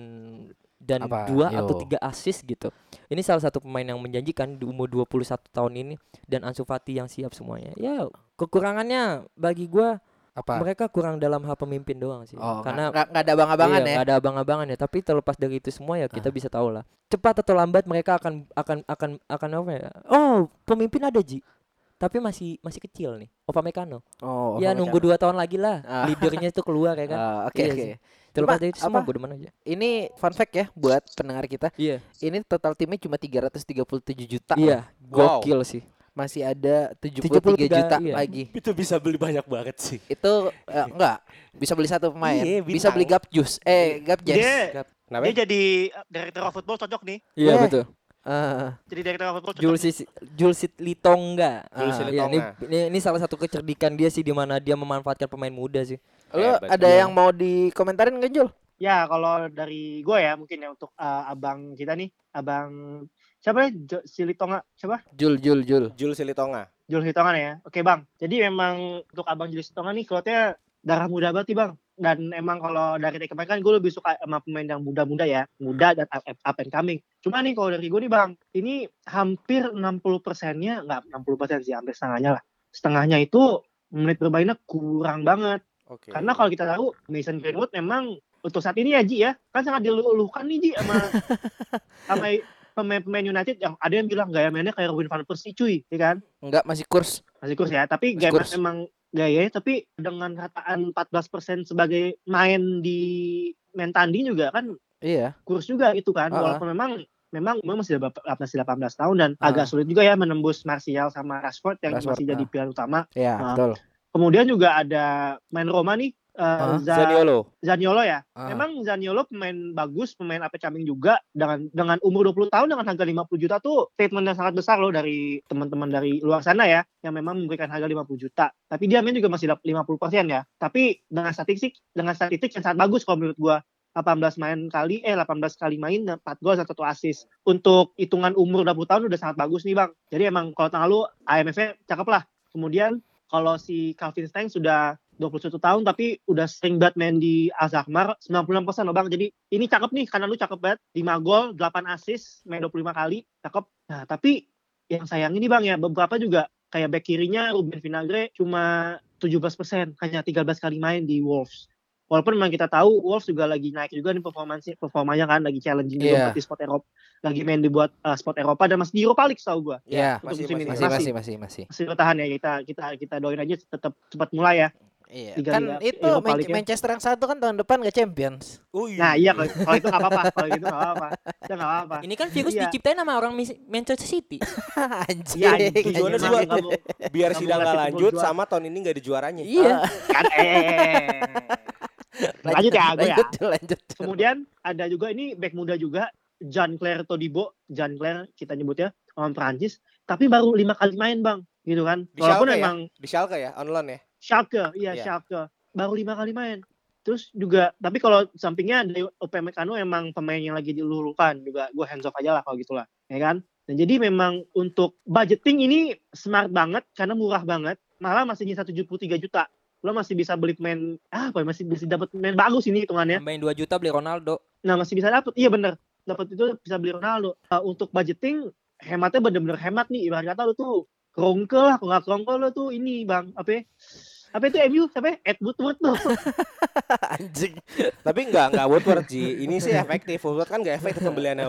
2 atau 3 assist gitu. Ini salah satu pemain yang menjanjikan di umur 21 tahun ini, dan Ansu Fati yang siap semuanya. Ya, kekurangannya bagi gua mereka kurang dalam hal pemimpin doang sih. Karena nggak ada abang-abangan ya. Nggak ada abang-abangan ya. Tapi terlepas dari itu semua ya kita bisa tahu lah. Cepat atau lambat mereka akan apa ya? Oh, pemimpin ada Ji. Tapi masih kecil nih. Upamecano. Ya nunggu 2 tahun lagi lah. Leadernya itu keluar ya kan. Oke. Terlepas dari itu semua bodo mana aja. Ini fun fact ya buat pendengar kita. Iya. Ini total timnya cuma 337 juta. Iya, gokil sih. Masih ada 73 juta lagi. Itu bisa beli banyak banget sih. Itu enggak bisa beli satu pemain. Iya, Bisa beli Gapjus. Gapjes. Dia jadi director of football cocok nih. Iya betul. Jadi director of football cocok. Jules Litonga. Litonga. Ini salah satu kecerdikan dia sih, di mana dia memanfaatkan pemain muda sih. Lo ada yang mau dikomentarin nggak Jul? Ya kalau dari gue ya mungkin ya untuk abang kita nih, abang siapa ya? Silitonga siapa? Jul. Jules Silitonga. Jules Silitonga ya. Oke bang. Jadi memang untuk abang Jules Silitonga nih klotnya darah muda banget nih bang. Dan emang kalau dari kemarin kan gue lebih suka sama pemain yang muda-muda ya. Muda dan up and coming. Cuma nih kalau dari gue nih bang. Ini hampir 60%-nya. Nggak 60% sih. Hampir setengahnya lah. Setengahnya itu menit bermainnya kurang banget. Oke. Karena kalau kita tahu Mason Greenwood memang untuk saat ini ya Ji ya. Kan sangat diluluhkan nih Ji sama pemain United yang ada yang bilang gaya mainnya kayak Robin van Persie cuy, ya kan? Enggak, masih kurs. Masih kurs ya, tapi Masih gaya kurs. emang gaya, tapi dengan rataan 14% sebagai main di main tanding juga kan Iya. kurs juga itu kan. Walaupun memang masih 18 tahun dan agak sulit juga ya menembus Martial sama Rashford yang masih jadi pilihan utama. Iya, betul. Kemudian juga ada main Roma nih, Zaniolo ya. Memang Zaniolo pemain bagus, pemain up and coming juga dengan umur 20 tahun dengan harga 50 juta tuh statement yang sangat besar loh dari teman-teman dari luar sana ya yang memang memberikan harga 50 juta. Tapi dia main juga masih 50% ya. Tapi dengan statistik yang sangat bagus kalau menurut gua. 18 kali main 4 gol 1 assist. Untuk hitungan umur 20 tahun udah sangat bagus nih Bang. Jadi emang kalau tahun lalu IMF-nya cakep lah. Kemudian kalau si Calvin Stengs sudah 21 tahun tapi udah sering banget main di Al-Ahmar 96% loh Bang. Jadi ini cakep nih karena lu cakep banget. 5 gol, 8 assist, main 25 kali, cakep. Nah, tapi yang sayang ini Bang ya, beberapa juga kayak back kirinya Ruben Vinagre cuma 17%, hanya 13 kali main di Wolves. Walaupun memang kita tahu Wolves juga lagi naik juga nih performanya kan, lagi challenging juga di spot Eropa, lagi main dibuat spot Eropa dan masih di Europa League tahu gua. Iya, masih bertahan ya, kita doain aja tetap cepat mulai ya. Iya. Kan itu Manchester yang satu kan tahun depan gak Champions. Nah iya kalau itu nggak apa-apa, kalau gitu nggak apa-apa, itu nggak apa-apa. Ini kan virus diciptain sama orang Manchester City. Anjing. Tujuannya dua, biar sidang nggak lanjut sama tahun ini nggak ada juaranya. Iya. Kan lanjut ya gue ya. Lanjut. Kemudian ada juga ini back muda juga Jean-Claire Todibo, kita nyebutnya orang Prancis, tapi baru 5 kali main Bang, gitu kan. Walaupun emang di Schalke ya, online ya. Schalke, Schalke. Baru 5 kali main. Terus juga, tapi kalau sampingnya dari Upamecano emang pemain yang lagi diluluhkan juga, gue hands off aja lah kalau gitulah, ya kan. Dan jadi memang untuk budgeting ini smart banget karena murah banget, malah masih 173 juta. Lo masih bisa beli pemain masih bisa dapat pemain bagus ini hitungannya. Main 2 juta beli Ronaldo. Nah, masih bisa dapat. Iya bener. Dapat itu bisa beli Ronaldo. Untuk budgeting hematnya bener-bener hemat nih. Ibarat kata lo tuh kerongkel lah, kalau nggak kerongkel lo tuh ini Bang, apa itu MU siapa? Ed Woodward tuh. Anjing. Tapi enggak Woodward sih. Ini sih efektif. Woodward kan enggak efektif pembeliannya.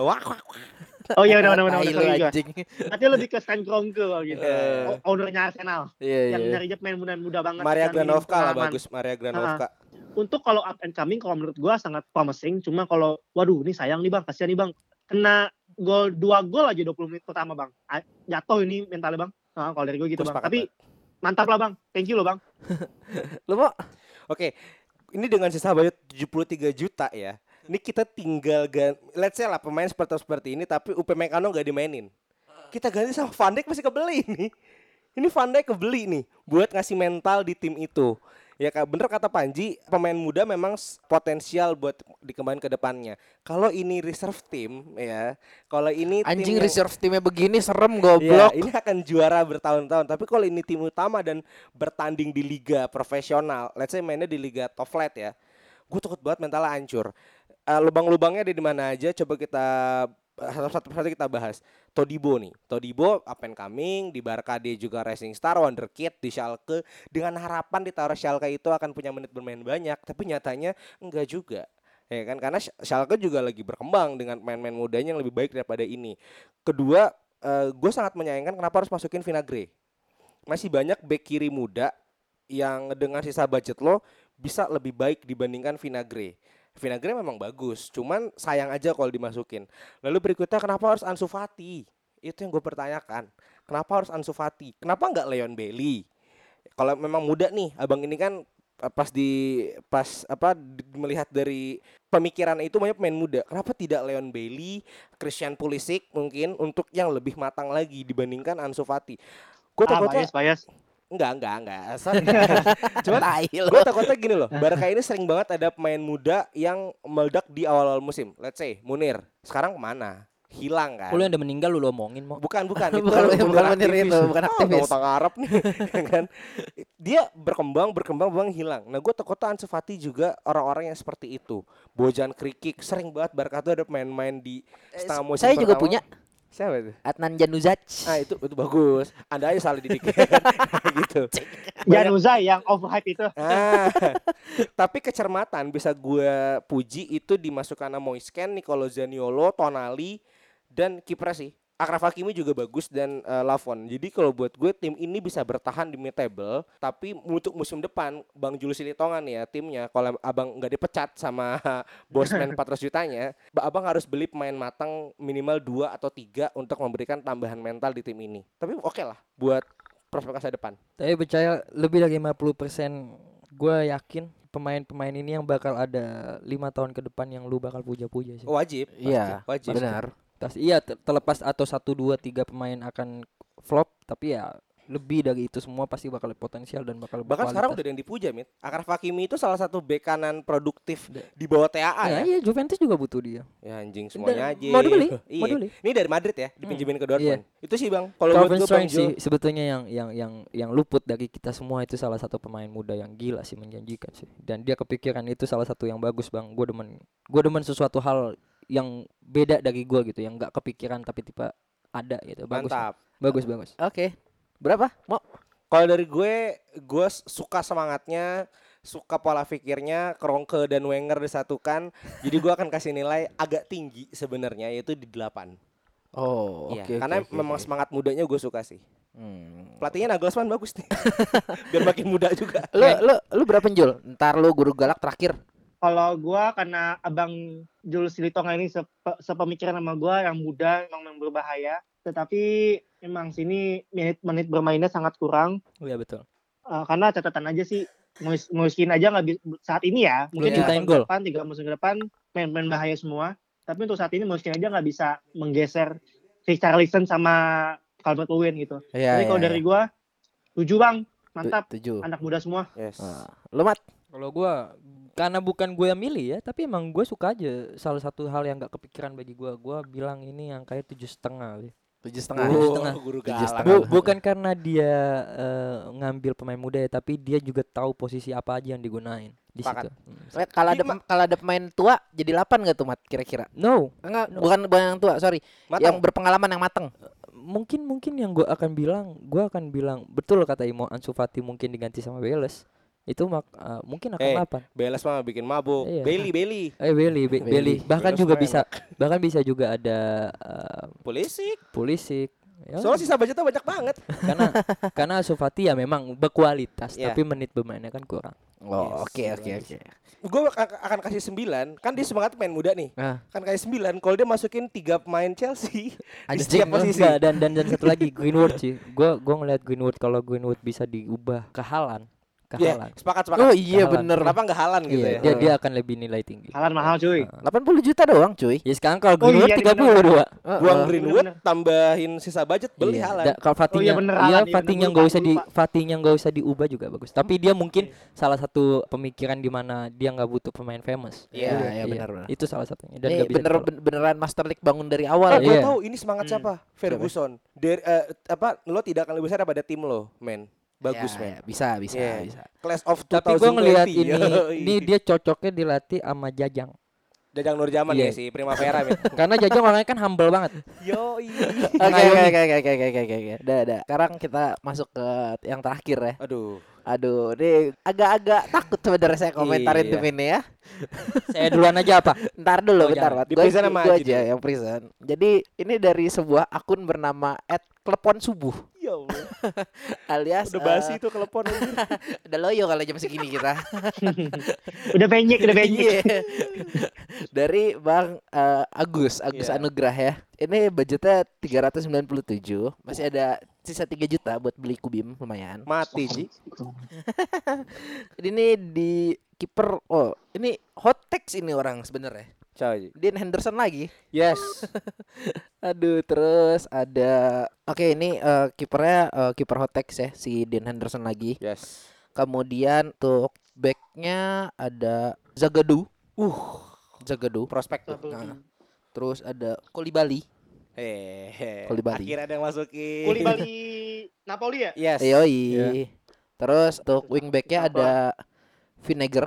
Oh iya benar. Anjing. Nanti lebih ke Stan Kroenke gitu. Ownernya Arsenal. Yang nyari pemain muda banget. Maria Granovka lah bagus, Maria Granovka. Untuk kalau up and coming kalau menurut gua sangat promising, cuma kalau waduh ini sayang nih Bang, kasihan nih Bang. Kena 2 gol aja 20 menit pertama Bang. Jatuh ini mentalnya Bang. Nah, kalau dari gua gitu Bang. Tapi mantap lah Bang. Thank you loh Bang. Lu mau? Oke. Ini dengan sisa budget 73 juta ya. Ini kita tinggal let's say lah pemain seperti ini tapi Upamecano gak dimainin. Kita ganti sama Van Dijk masih kebeli nih. Ini Van Dijk kebeli nih buat ngasih mental di tim itu. Ya bener kata Panji, pemain muda memang potensial buat dikembangkan ke depannya. Kalau ini reserve team ya, kalau ini anjing reserve timnya begini serem goblok. Ya, ini akan juara bertahun-tahun. Tapi kalau ini tim utama dan bertanding di liga profesional, let's say mainnya di liga top flight ya, gue takut banget mentalnya hancur. Lubang-lubangnya ada di mana aja, coba kita satu-satu kita bahas. Todibo up and coming, di Barca dia juga rising star, wonderkid di Schalke, dengan harapan ditaruh Schalke itu akan punya menit bermain banyak, tapi nyatanya enggak juga. Ya kan, karena Schalke juga lagi berkembang dengan main-main mudanya yang lebih baik daripada ini. Kedua, gue sangat menyayangkan kenapa harus masukin Vinagre. Masih banyak bek kiri muda yang dengan sisa budget lo bisa lebih baik dibandingkan Vinagre. Vinagre memang bagus, cuman sayang aja kalau dimasukin. Lalu berikutnya kenapa harus Ansu Fati? Itu yang gue pertanyakan. Kenapa harus Ansu Fati? Kenapa nggak Leon Bailey? Kalau memang muda nih, abang ini kan melihat dari pemikiran itu banyak pemain muda. Kenapa tidak Leon Bailey, Christian Pulisic mungkin untuk yang lebih matang lagi dibandingkan Ansu Fati? Gue takutnya bias. Enggak. Sorry. Cuman gue takutnya gini loh. Barca ini sering banget ada pemain muda yang meledak di awal-awal musim. Let's say Munir. Sekarang kemana? hilang kan. Lu yang udah meninggal lu omongin mau. Bukan itu Bukan bener menir aktivis. itu, bukan aktivis. Mau Arab nih kan. Dia berkembang hilang. Nah, gue takut Ansu Fati juga orang-orang yang seperti itu. Bojan Krikik sering banget Barca tuh ada pemain-pemain di setengah musim Saya juga pertama. punya Siapa itu? Adnan Januzaj. Ah, itu bagus. Anda aja salah didik gitu. Januzaj yang overhype itu. Tapi kecermatan bisa gue puji itu dimasukkan sama Moisken, Nicolo Zaniolo, Tonali, dan kiper sih. Achraf Hakimi juga bagus dan Lafon. Jadi kalau buat gue tim ini bisa bertahan di mid table, tapi untuk musim depan Bang Julius Silitongan ya timnya kalau Abang nggak dipecat sama bosman 400 jutanya, Abang harus beli pemain matang minimal 2 atau 3 untuk memberikan tambahan mental di tim ini. Tapi oke lah buat prospek masa depan. Tapi percaya lebih dari 50% gue yakin pemain-pemain ini yang bakal ada 5 tahun ke depan yang lu bakal puja-puja sih. Wajib. Iya, Wajib. benar. Iya terlepas atau 1, 2, 3 pemain akan flop, tapi ya lebih dari itu semua pasti bakal potensial dan bakal Bahkan sekarang udah ada yang dipuja, Mit. Achraf Hakimi itu salah satu bek kanan produktif di bawah TAA ya. Iya, Juventus juga butuh dia. Ya anjing semuanya aja. Mau dibeli, Iya. mau dibeli. Ini dari Madrid ya, dipinjemin ke Dortmund. Itu sih Bang. Kalau Calvin buat gue Bang Stengs Jo, sih sebetulnya yang luput dari kita semua itu salah satu pemain muda yang gila sih, menjanjikan sih. Dan dia kepikiran itu salah satu yang bagus Bang. Gue demen sesuatu hal yang beda dari gue gitu, yang nggak kepikiran tapi tipe ada gitu. Bagus. mantap. Bagus. Oke. Berapa? Mau? Kalau dari gue suka semangatnya, suka pola pikirnya, Kroenke dan Wenger disatukan. Jadi gue akan kasih nilai agak tinggi sebenarnya, yaitu di 8. Oh, Iya, oke. karena oke, memang oke. semangat mudanya gue suka sih. Hmm. Pelatihnya Nagelsmann bagus nih. Biar makin muda juga. Lu berapa Jul? Ntar lu guru galak terakhir. Kalau gua karena Abang Julius Silitonga ini sepemikiran sama gua, yang muda memang berbahaya. Tetapi memang sini menit bermainnya sangat kurang. Iya betul. Karena catatan aja sih Moiskin aja nggak bisa saat ini ya. Mungkin Belum ciptain gol. 3 musim ke depan main bahaya semua. Tapi untuk saat ini Moiskin aja nggak bisa menggeser Richarlison sama Calvert-Lewin gitu. Iya. Jadi kalau dari gua 7 Bang, mantap. 7. Anak muda semua. Yes. Lu Mat? Kalau gue, karena bukan gue yang milih ya, tapi emang gue suka aja. Salah satu hal yang nggak kepikiran bagi gue bilang ini yang kayak 7,5. 7,5. Guru 7,5. galak. Bukan karena dia ngambil pemain muda ya, tapi dia juga tahu posisi apa aja yang digunain di Sepakat. situ. Kalau ada pemain tua jadi 8 enggak tuh Mat kira-kira? No, Enggak, bukan yang tua, sorry. Matang. Yang berpengalaman yang mateng. mungkin yang gue akan bilang betul kata Imo, Ansu Fati mungkin diganti sama Weles. Itu mungkin akan 8. Beles mah bikin mabuk. Iya. Bailey. Bailey. Bahkan Weles juga mah bisa juga ada Pulisic. Ya, Soalnya sisa budgetnya banyak banget. karena Ansu Fati ya memang berkualitas, Iya. tapi menit bermainnya kan kurang. Oh, Yes, oke. Gue akan kasih 9. Kan dia semangat main muda nih. Ah. Kan kasih 9 kalau dia masukin 3 pemain Chelsea di Anjing, setiap posisi. Enggak, dan satu lagi Greenwood sih. Gua ngelihat Greenwood, kalau Greenwood bisa diubah ke Haaland. Iya, sepakat. Oh iya Haaland. bener. Kenapa enggak Haaland gitu Iya, ya? dia akan lebih nilai tinggi. Halan mahal cuy. 80 juta doang cuy. Ya sekarang kalau Oh Greenwood iya, 32. Buang Greenwood, Bener-bener. tambahin sisa budget beli Iya, Haaland. Kalau Oh iya, bener, Haaland, iya, Fati bener, yang lupa, gak usah lupa. Fati yang gak usah diubah juga bagus. Tapi dia mungkin salah satu pemikiran di mana dia nggak butuh pemain famous. Iya, benar. Itu salah satunya. Dan Ini nggak bisa ditolak. beneran Master League bangun dari awal. Gue Iya. tahu ini semangat siapa? Ferguson. Lo tidak akan lebih besar daripada tim lo, men. Bagus, Ya, men. Bisa. Iya. Class of 2020. Tapi gue ngelihat Yoi. ini dia cocoknya dilatih sama Jajang. Jajang Nur Zaman Iya. ya si Primavera, men. Karena Jajang orangnya kan humble banget. Yoi. Oke. Udah. Sekarang kita masuk ke yang terakhir ya. Aduh. Ini agak-agak takut sebenarnya saya komentarin Iya. tim ini ya. Saya duluan aja apa? Ntar dulu, Oh, bentar, jangan. Mat. Di Gua present sama Aji aja dulu. yang present. Jadi ini dari sebuah akun bernama @klepon_subuh Ya Allah. alias Udah basi tuh telepon anjir. udah loyo kalau jam segini kita. Udah penyek. Iya. Dari Bang Agus Iya. Anugrah ya. Ini budgetnya 397, masih ada sisa 3 juta buat beli Kubim, lumayan. Mati, Ji. Ini di kiper. Oh, ini hot text ini orang sebenarnya. Ciao, Ji. Dean Henderson lagi. Yes. Aduh, terus ada oke, ini kipernya kiper hot text ya, si Dean Henderson lagi. Yes. Kemudian untuk backnya ada Zagadou. Zagadou. Prospek tuh. Nah, terus ada Koulibaly. Koulibaly. Akhirnya ada yang masukin. Koulibaly Napoli ya? Yes. Yoi. Iya. Terus untuk wingbacknya Siapa? ada Vinagre.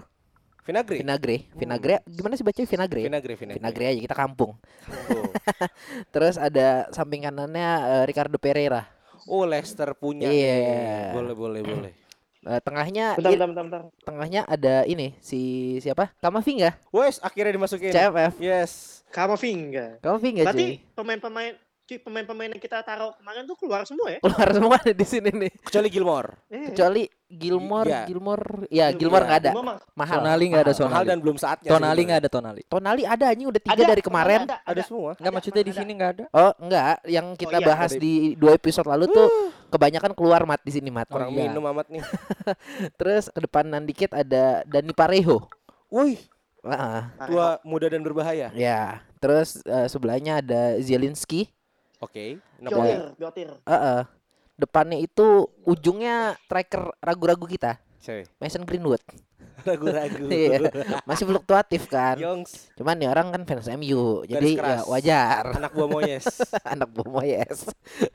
Vinagre. Vinagre gimana sih bacanya Vinagre? Vinagre. Vinagre aja kita kampung. Oh. Terus ada samping kanannya Ricardo Pereira. Oh, Leicester punya. Iya. Boleh. Tengahnya Bentar. tengahnya ada ini siapa? Kamavinga. Wes, akhirnya dimasukin. CFF. Yes. Kamavinga. Kamavinga Berarti cuy. pemain-pemain yang kita taruh kemarin tuh keluar semua ya? Keluar semua ada di sini nih. Kecuali Gilmore. Kecuali Gilmore, Iya. Gilmore nggak ada. Semua mah. Mahal. Tonali nggak ada Mahal Tonali. dan belum saatnya. Tonali sebenarnya. nggak ada Tonali. Tonali ada anjing udah 3 dari kemarin. Ada semua. Nggak maksudnya di sini nggak ada. Oh, enggak, yang kita iya, bahas di 2 episode lalu tuh kebanyakan keluar Mat di sini Mat. Kurang iya. minum amat nih. Terus ke depanan dikit ada Dani Parejo. Wih, Heeh. tua muda dan berbahaya. Ya, terus sebelahnya ada Zielinski. Oke. Napoli. Biotir. Depannya itu ujungnya striker ragu-ragu kita, Cewek. Mason Greenwood. Ragu-ragu. Iya, masih fluktuatif kan. Yongs. Cuman nih orang kan fans MU, jadi Garis keras. ya wajar. Anak buah Moyes. Anak buah Moyes.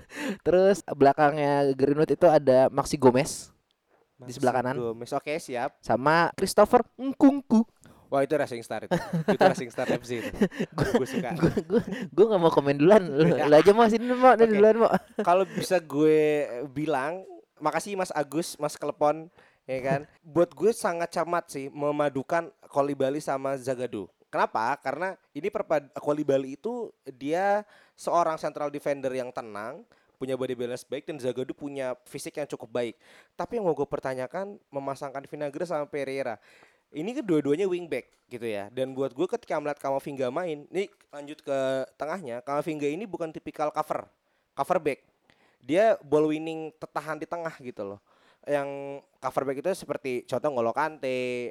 Terus belakangnya Greenwood itu ada Maxi Gomez di sebelah kanan. Gomez. Oke, siap. sama Christopher Nkunku. Wah, itu Racing Star itu. Itu Racing Star FC itu. Gue suka. Gue nggak mau komen duluan, lu aja mau sini mau Oke. duluan mau. Kalau bisa gue bilang, makasih Mas Agus, Mas Klepon, ya kan. Buat gue sangat camat sih memadukan Koulibaly sama Zagadou. Kenapa? Karena ini Koulibaly itu dia seorang central defender yang tenang, punya body balance baik, dan Zagadou punya fisik yang cukup baik. Tapi yang mau gue pertanyakan, memasangkan Vinagre sama Pereira. Ini kedua-duanya wingback gitu ya. Dan buat gue ketika melihat Kamavinga main, ini lanjut ke tengahnya, Kamavinga ini bukan tipikal cover back. Dia ball winning tertahan di tengah gitu loh. Yang cover back itu seperti contoh N'Golo Kante,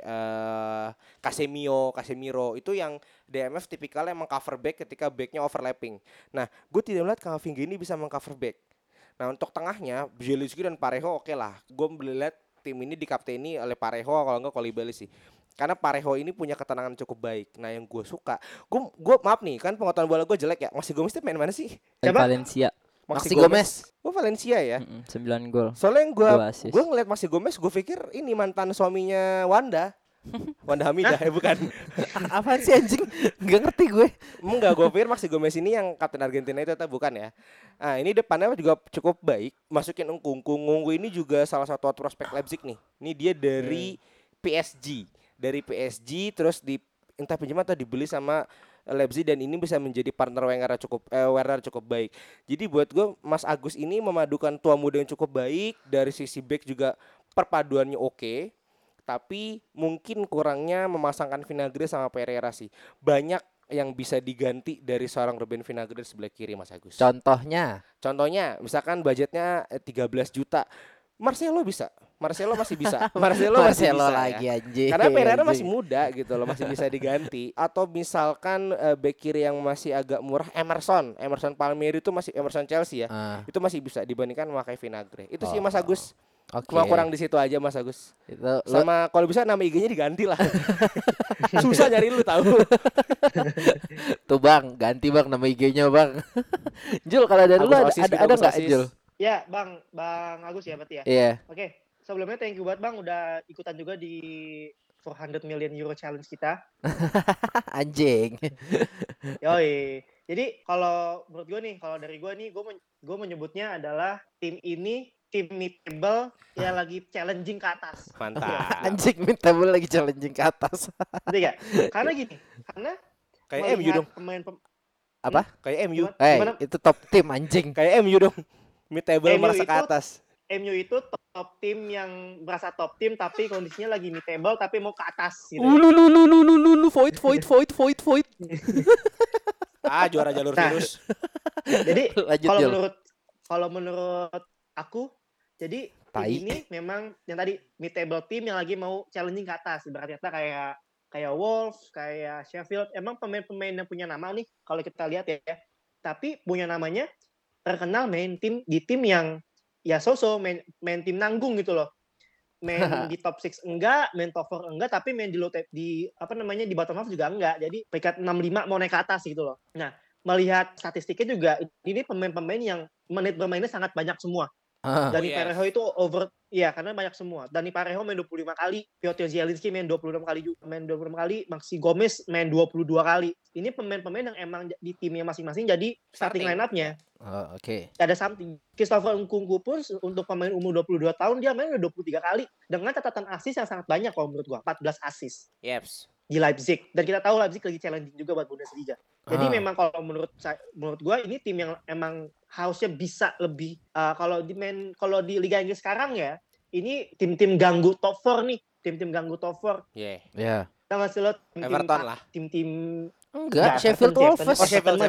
Casemiro itu yang DMF tipikalnya emang cover back ketika backnya overlapping. Nah, gue tidak melihat Kamavinga ini bisa mengcover back. Nah, untuk tengahnya Zielinski dan Parejo oke lah. Gue melihat tim ini dikapteni oleh Parejo kalau enggak Koulibaly sih. Karena Parejo ini punya ketenangan cukup baik. Nah, yang gue suka, gue maaf nih, kan pengetahuan bola gue jelek ya. Maxi Gomez itu main mana sih? Siapa? Valencia. Maxi Gomez. Oh, Valencia ya. 9 gol. Soalnya yang Dua assist. gue ngeliat Maxi Gomez, gue pikir ini mantan suaminya Wanda. Wanda Hamidah ya, bukan? Apaan sih anjing? Gak ngerti gue. Enggak, gue pikir Maxi Gomez ini yang kapten Argentina itu atau bukan ya. Nah, ini depannya juga cukup baik. Masukin Nkunku ini juga salah satu prospek Leipzig nih. Ini dia dari PSG. Dari PSG terus entah pinjam atau dibeli sama Leipzig, dan ini bisa menjadi partner Werner cukup baik. Jadi buat gue Mas Agus ini memadukan tua muda yang cukup baik. Dari sisi back juga perpaduannya oke. Tapi mungkin kurangnya memasangkan Vinagre sama Pereira sih. Banyak yang bisa diganti dari seorang Ruben Vinagre di sebelah kiri, Mas Agus. Contohnya misalkan budgetnya 13 juta. Marcelo masih bisa. Marcelo masih bisa lagi ya. anjing. Karena Pereira masih muda gitu loh, masih bisa diganti. Atau misalkan back kiri yang masih agak murah, Emerson Palmieri itu masih Emerson Chelsea ya. Itu masih bisa dibandingkan memakai Vinagre. Itu sih Mas Agus. Cuma kurang di situ aja Mas Agus. Itu Sama kalau bisa nama IG-nya diganti lah. Susah nyari lu tahu. tuh Bang, ganti Bang nama IG-nya Bang. Jul, kalau dari lu ada enggak Jul? Ya, Bang Agus ya berarti ya. Iya. Oke, sebelumnya thank you banget Bang udah ikutan juga di 400 million euro challenge kita. Anjing. Yoi. Jadi kalau menurut gue nih, kalau dari gue nih, gue menyebutnya adalah tim ini tim mid-table yang lagi challenging ke atas. Mantap. Anjing mid-table lagi challenging ke atas. Ngerti gak? Karena gini, Kayak MU dong. Apa? Kayak MU. Gimana? Itu top tim anjing. Kayak MU dong. Mid table MU merasa ke itu- atas. MU itu top tim yang berasa top tim tapi kondisinya lagi mid-table tapi mau ke atas gitu. Lu void. Juara jalur Nah. virus. Jadi Lanjut, kalau Jul. menurut aku, jadi Tai. tim ini memang yang tadi mid-table team yang lagi mau challenging ke atas. Ibarat kata kayak Wolves, kayak Sheffield, emang pemain-pemain yang punya nama nih kalau kita lihat ya. Tapi punya namanya terkenal main tim di tim yang ya main tim nanggung gitu loh. Main di top 6 enggak, main top 4 enggak, tapi main di bottom half juga enggak. Jadi peringkat 65 mau naik ke atas gitu loh. Nah, melihat statistiknya juga ini pemain-pemain yang menit bermainnya sangat banyak semua. Dani Parejo itu karena banyak semua. Dani Parejo main 25 kali, Piotr Zielinski main 26 kali, Maxi Gomez main 22 kali. Ini pemain-pemain yang emang di timnya masing-masing jadi starting line-up-nya. Oke. Ada something. Christopher Nkunku pun untuk pemain umur 22 tahun dia main 23 kali dengan catatan assist yang sangat banyak kalau menurut gua, 14 assist. Yeps. Di Leipzig, dan kita tahu Leipzig lagi challenging juga buat Bundesliga. Jadi memang kalau menurut gua ini tim yang emang harusnya bisa lebih kalau di Liga Inggris sekarang ya, ini tim-tim ganggu top 4 nih, tim-tim ganggu top 4. Iya. Tahu nggak sih lo Everton lah. Tim Enggak, Sheffield Wolves. Sheffield.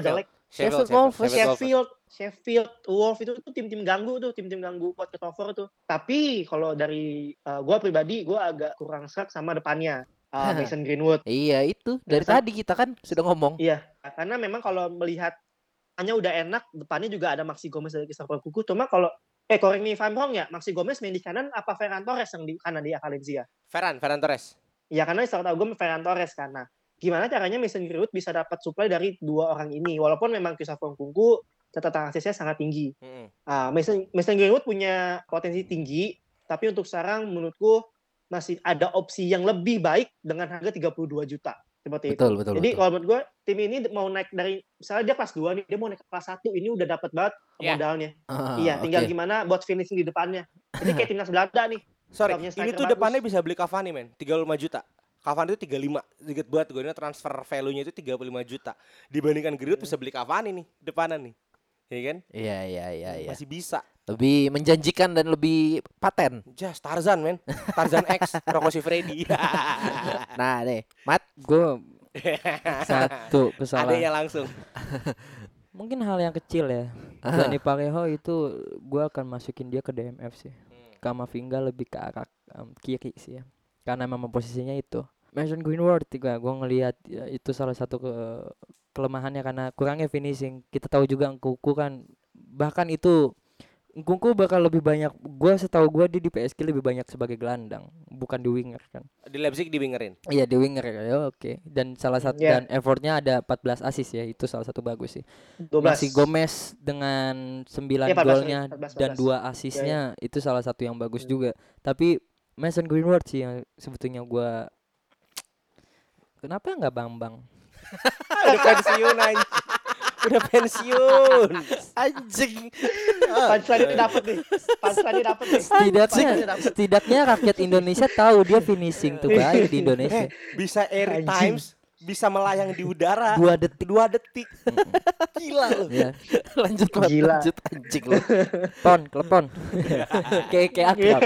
Sheffield Wolves itu tim-tim ganggu buat ke top 4 tuh. Tapi kalau dari gua pribadi gua agak kurang serak sama depannya. Mason Greenwood. Iya itu dari tadi kita kan sudah ngomong. Iya, karena memang kalau melihat hanya udah enak, depannya juga ada Maxi Gomez dari Christopher Nkunku. Cuma kalau correct me if I'm wrong ya, Maxi Gomez main di kanan apa Ferran Torres yang di kanan di Valencia? Ferran Torres. Ya karena setahu gue Ferran Torres karena gimana caranya Mason Greenwood bisa dapat supply dari dua orang ini walaupun memang Christopher Nkunku catatan asisnya sangat tinggi. Mason Greenwood punya potensi tinggi, tapi untuk sekarang menurutku masih ada opsi yang lebih baik dengan harga 32 juta. Seperti itu. Jadi kalau menurut gue tim ini mau naik dari misalnya dia kelas 2 nih, dia mau naik ke kelas 1 ini udah dapat banget modalnya. Tinggal gimana buat finishing di depannya. Jadi kayak timnas Belanda nih. Sorry, ini tuh depannya bisa beli Cavani men, 35 juta. Cavani itu 35, sedikit buat gue transfer value-nya itu 35 juta. Dibandingkan Greenwood bisa beli Cavani nih, depanan nih. Iya kan? Iya. Masih bisa. Lebih menjanjikan dan lebih paten. Just Tarzan men. Tarzan X Rocco Siffredi. Nah nih Mat, gue satu kesalahan. Adanya langsung. Mungkin hal yang kecil ya. Dani Parejo itu gue akan masukin dia ke DMF sih. Kamavinga lebih ke arah kiri sih ya. Karena memang posisinya itu. Mason Greenwood juga gue ngelihat ya, itu salah satu kelemahannya karena kurangnya finishing. Kita tahu juga Nkunku kan bahkan itu Nkunku bakal lebih banyak, setahu gue di PSG lebih banyak sebagai gelandang, bukan di winger kan. Di Leipzig di wingerin. Iya di winger ya, oke. Dan salah satu dan effortnya ada 14 assist ya, itu salah satu bagus sih. 12. Maxi Gomez dengan 9 golnya 14. dan 2 assistnya itu salah satu yang bagus juga. Tapi Mason Greenwood sih yang sebetulnya gue kenapa nggak Bambang? Udah pensiun anjing. Udah pensiun. anjing. Punchline dapat nih. Setidaknya rakyat Indonesia tahu dia finishing terbaik di Indonesia. Bisa air times, bisa melayang di udara 2 detik. Gila lu. Ya. lanjut anjing lu. Telepon. Kayak akrab.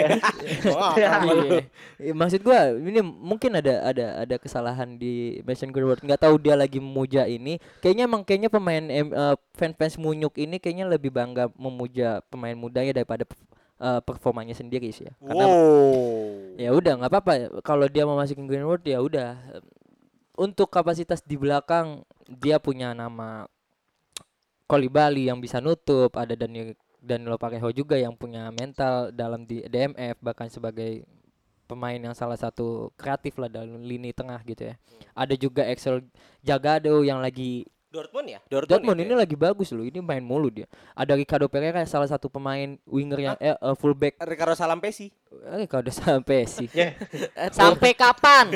Maksud gua ini mungkin ada kesalahan di Mason Greenwood. Enggak tahu dia lagi memuja ini. Kayaknya pemain fans Munyuk ini kayaknya lebih bangga memuja pemain mudanya daripada performanya sendiri sih ya. Karena ya udah enggak apa-apa kalau dia mau masukin Greenwood ya udah. Untuk kapasitas di belakang dia punya nama Koulibaly yang bisa nutup, ada Danilo Parejo juga yang punya mental dalam di DMF bahkan sebagai pemain yang salah satu kreatif lah dalam lini tengah gitu ya. Ada juga Axel Jagado yang lagi Dortmund ya? Dortmund ini lagi bagus loh, ini main mulu dia. Ada Ricardo Pereira salah satu pemain winger yang fullback. Ricardo Salampesi. Ricardo Salampesi. Sampai kapan?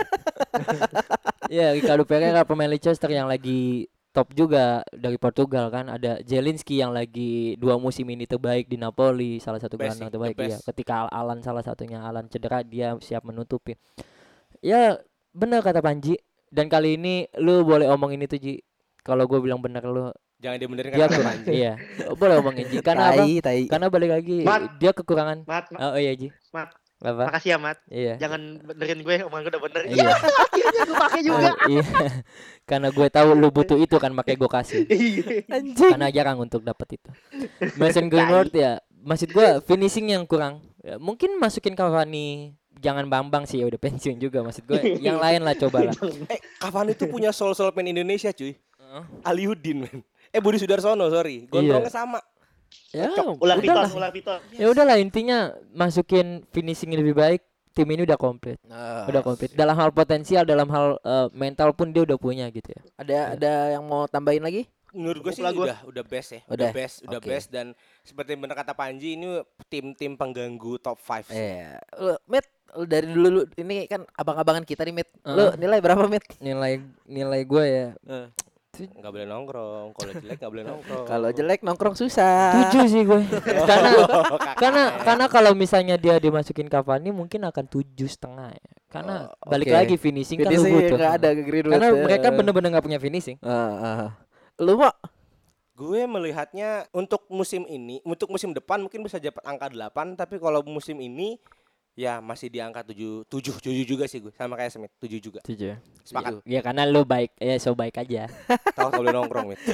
Ya, Ricardo Pereira pemain Leicester yang lagi top juga dari Portugal kan. Ada Zielinski yang lagi 2 musim ini terbaik di Napoli, salah satu gelandang terbaik ya. Ketika Alan salah satunya Alan cedera dia siap menutupi. Ya, benar kata Panji. Dan kali ini lu boleh omongin itu Ji. Kalau gue bilang benar lu jangan dibenerin dia kan Panji. Iya. Boleh omongin Ji. Karena apa? Karena balik lagi dia kekurangan. Oh iya Ji. Apa? Makasih ya Mat. Iya. Jangan benerin gue, omongan gue udah bener. Iya. Akhirnya gue pakai juga. Iya. Karena gue tahu lu butuh itu kan, makanya gue kasih. Anjing. Karena jarang untuk dapat itu. Mason Greenwood ya, maksud gue finishing yang kurang. Ya, mungkin masukin Cavani, jangan Bambang sih ya udah pensiun juga maksud gue. Yang lain lah cobalah. Cavani tuh punya soul pemain Indonesia cuy. Aliudin men. Budi Sudarsono sorry. Gondrongnya sama. Ya, Ular piton. ya udahlah intinya masukin finishing lebih baik. tim ini udah komplit. Udah komplit. Sip. Dalam hal potensial, dalam hal mental pun dia udah punya gitu ya. Ada yang mau tambahin lagi? Menurut gue sih Cukup lah udah best ya. Udah? Udah Oke. best dan seperti benar kata Panji ini tim-tim pengganggu top 5 sih. Iya. Mit, lu dari dulu lu ini kan abang-abangan kita nih, Mit. Lu Heeh. nilai berapa, Mit? Nilai gue ya Nggak boleh nongkrong, kalau jelek nggak boleh nongkrong. Kalau jelek nongkrong susah. 7 sih gue. karena kalau misalnya dia dimasukin Cavani mungkin akan 7,5 ya. Karena Oh, balik oke. lagi finishing kan lu Finishing butuh. nggak ada Greenwood. Karena mereka bener-bener nggak punya finishing. Lu mau Gue melihatnya untuk musim ini, untuk musim depan mungkin bisa dapat angka 8, tapi kalau musim ini ya masih di angka 7 juga sih gue. Sama kayak Smith, 7 juga. 7. Sepakat. Ya karena lu baik, so baik aja. Tahu kalau boleh nongkrong, Mit.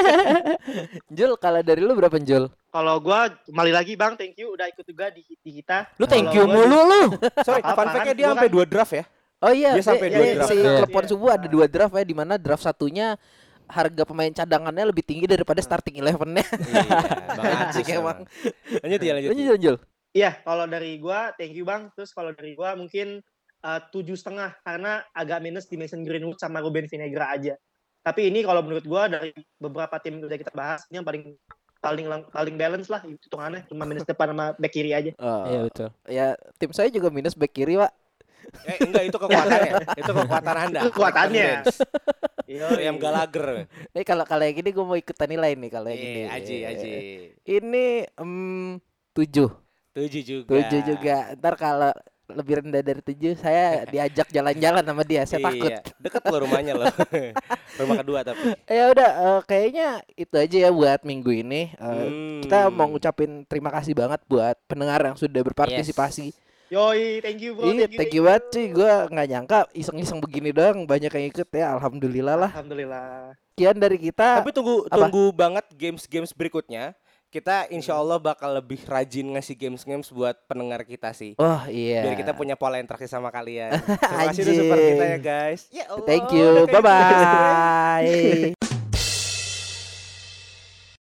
Jul, kalau dari lu berapa, Jul? Kalau gua kembali lagi Bang, thank you udah ikut juga di kita. Lu thank Kalau you gua mulu lu. Sorry, Apa-apa fun fact-nya kan, dia gua sampai kan- 2 draft ya. Oh iya, Dia sampai dua draft. si Iya. Klepon subuh ada 2 draft ya, di mana draft satunya harga pemain cadangannya lebih tinggi daripada starting 11-nya. Iya, Bang Acis Anjing emang. Lanjut ya, lanjut. Lanjut, Jul. Iya, kalau dari gua thank you Bang. Terus kalau dari gua mungkin 7,5 karena agak minus di Mason Greenwood sama Ruben Vinagre aja. Tapi ini kalau menurut gua dari beberapa tim yang udah kita bahas ini yang paling balance lah hitungannya, cuma minus depan sama back kiri aja. Iya betul. Ya, tim saya juga minus back kiri, Pak. Enggak, itu kekuatannya. Itu kekuatan Anda. Kekuatannya. Yang Gallagher. Kalau yang gini gue mau ikutan nilai nih kalau yang ini. Aji. Ini 7. 7 juga. 7 juga. Ntar kalau lebih rendah dari 7 saya diajak jalan-jalan sama dia. Saya takut. Iya, deket loh rumahnya loh. Rumah kedua tapi. Ya udah, kayaknya itu aja ya buat minggu ini. Kita mau ngucapin terima kasih banget buat pendengar yang sudah berpartisipasi. Yoi, thank you bro. Iya, thank you banget sih. Gue nggak nyangka iseng-iseng begini doang banyak yang ikut ya. Alhamdulillah lah. Alhamdulillah. Sekian dari kita. Tapi tunggu banget games berikutnya. Kita insya Allah bakal lebih rajin ngasih games buat pendengar kita sih. Oh iya. Biar kita punya pola interaksi sama kalian. Terima kasih udah support kita ya guys. Ya Allah, Thank you. udah kayak Bye bye.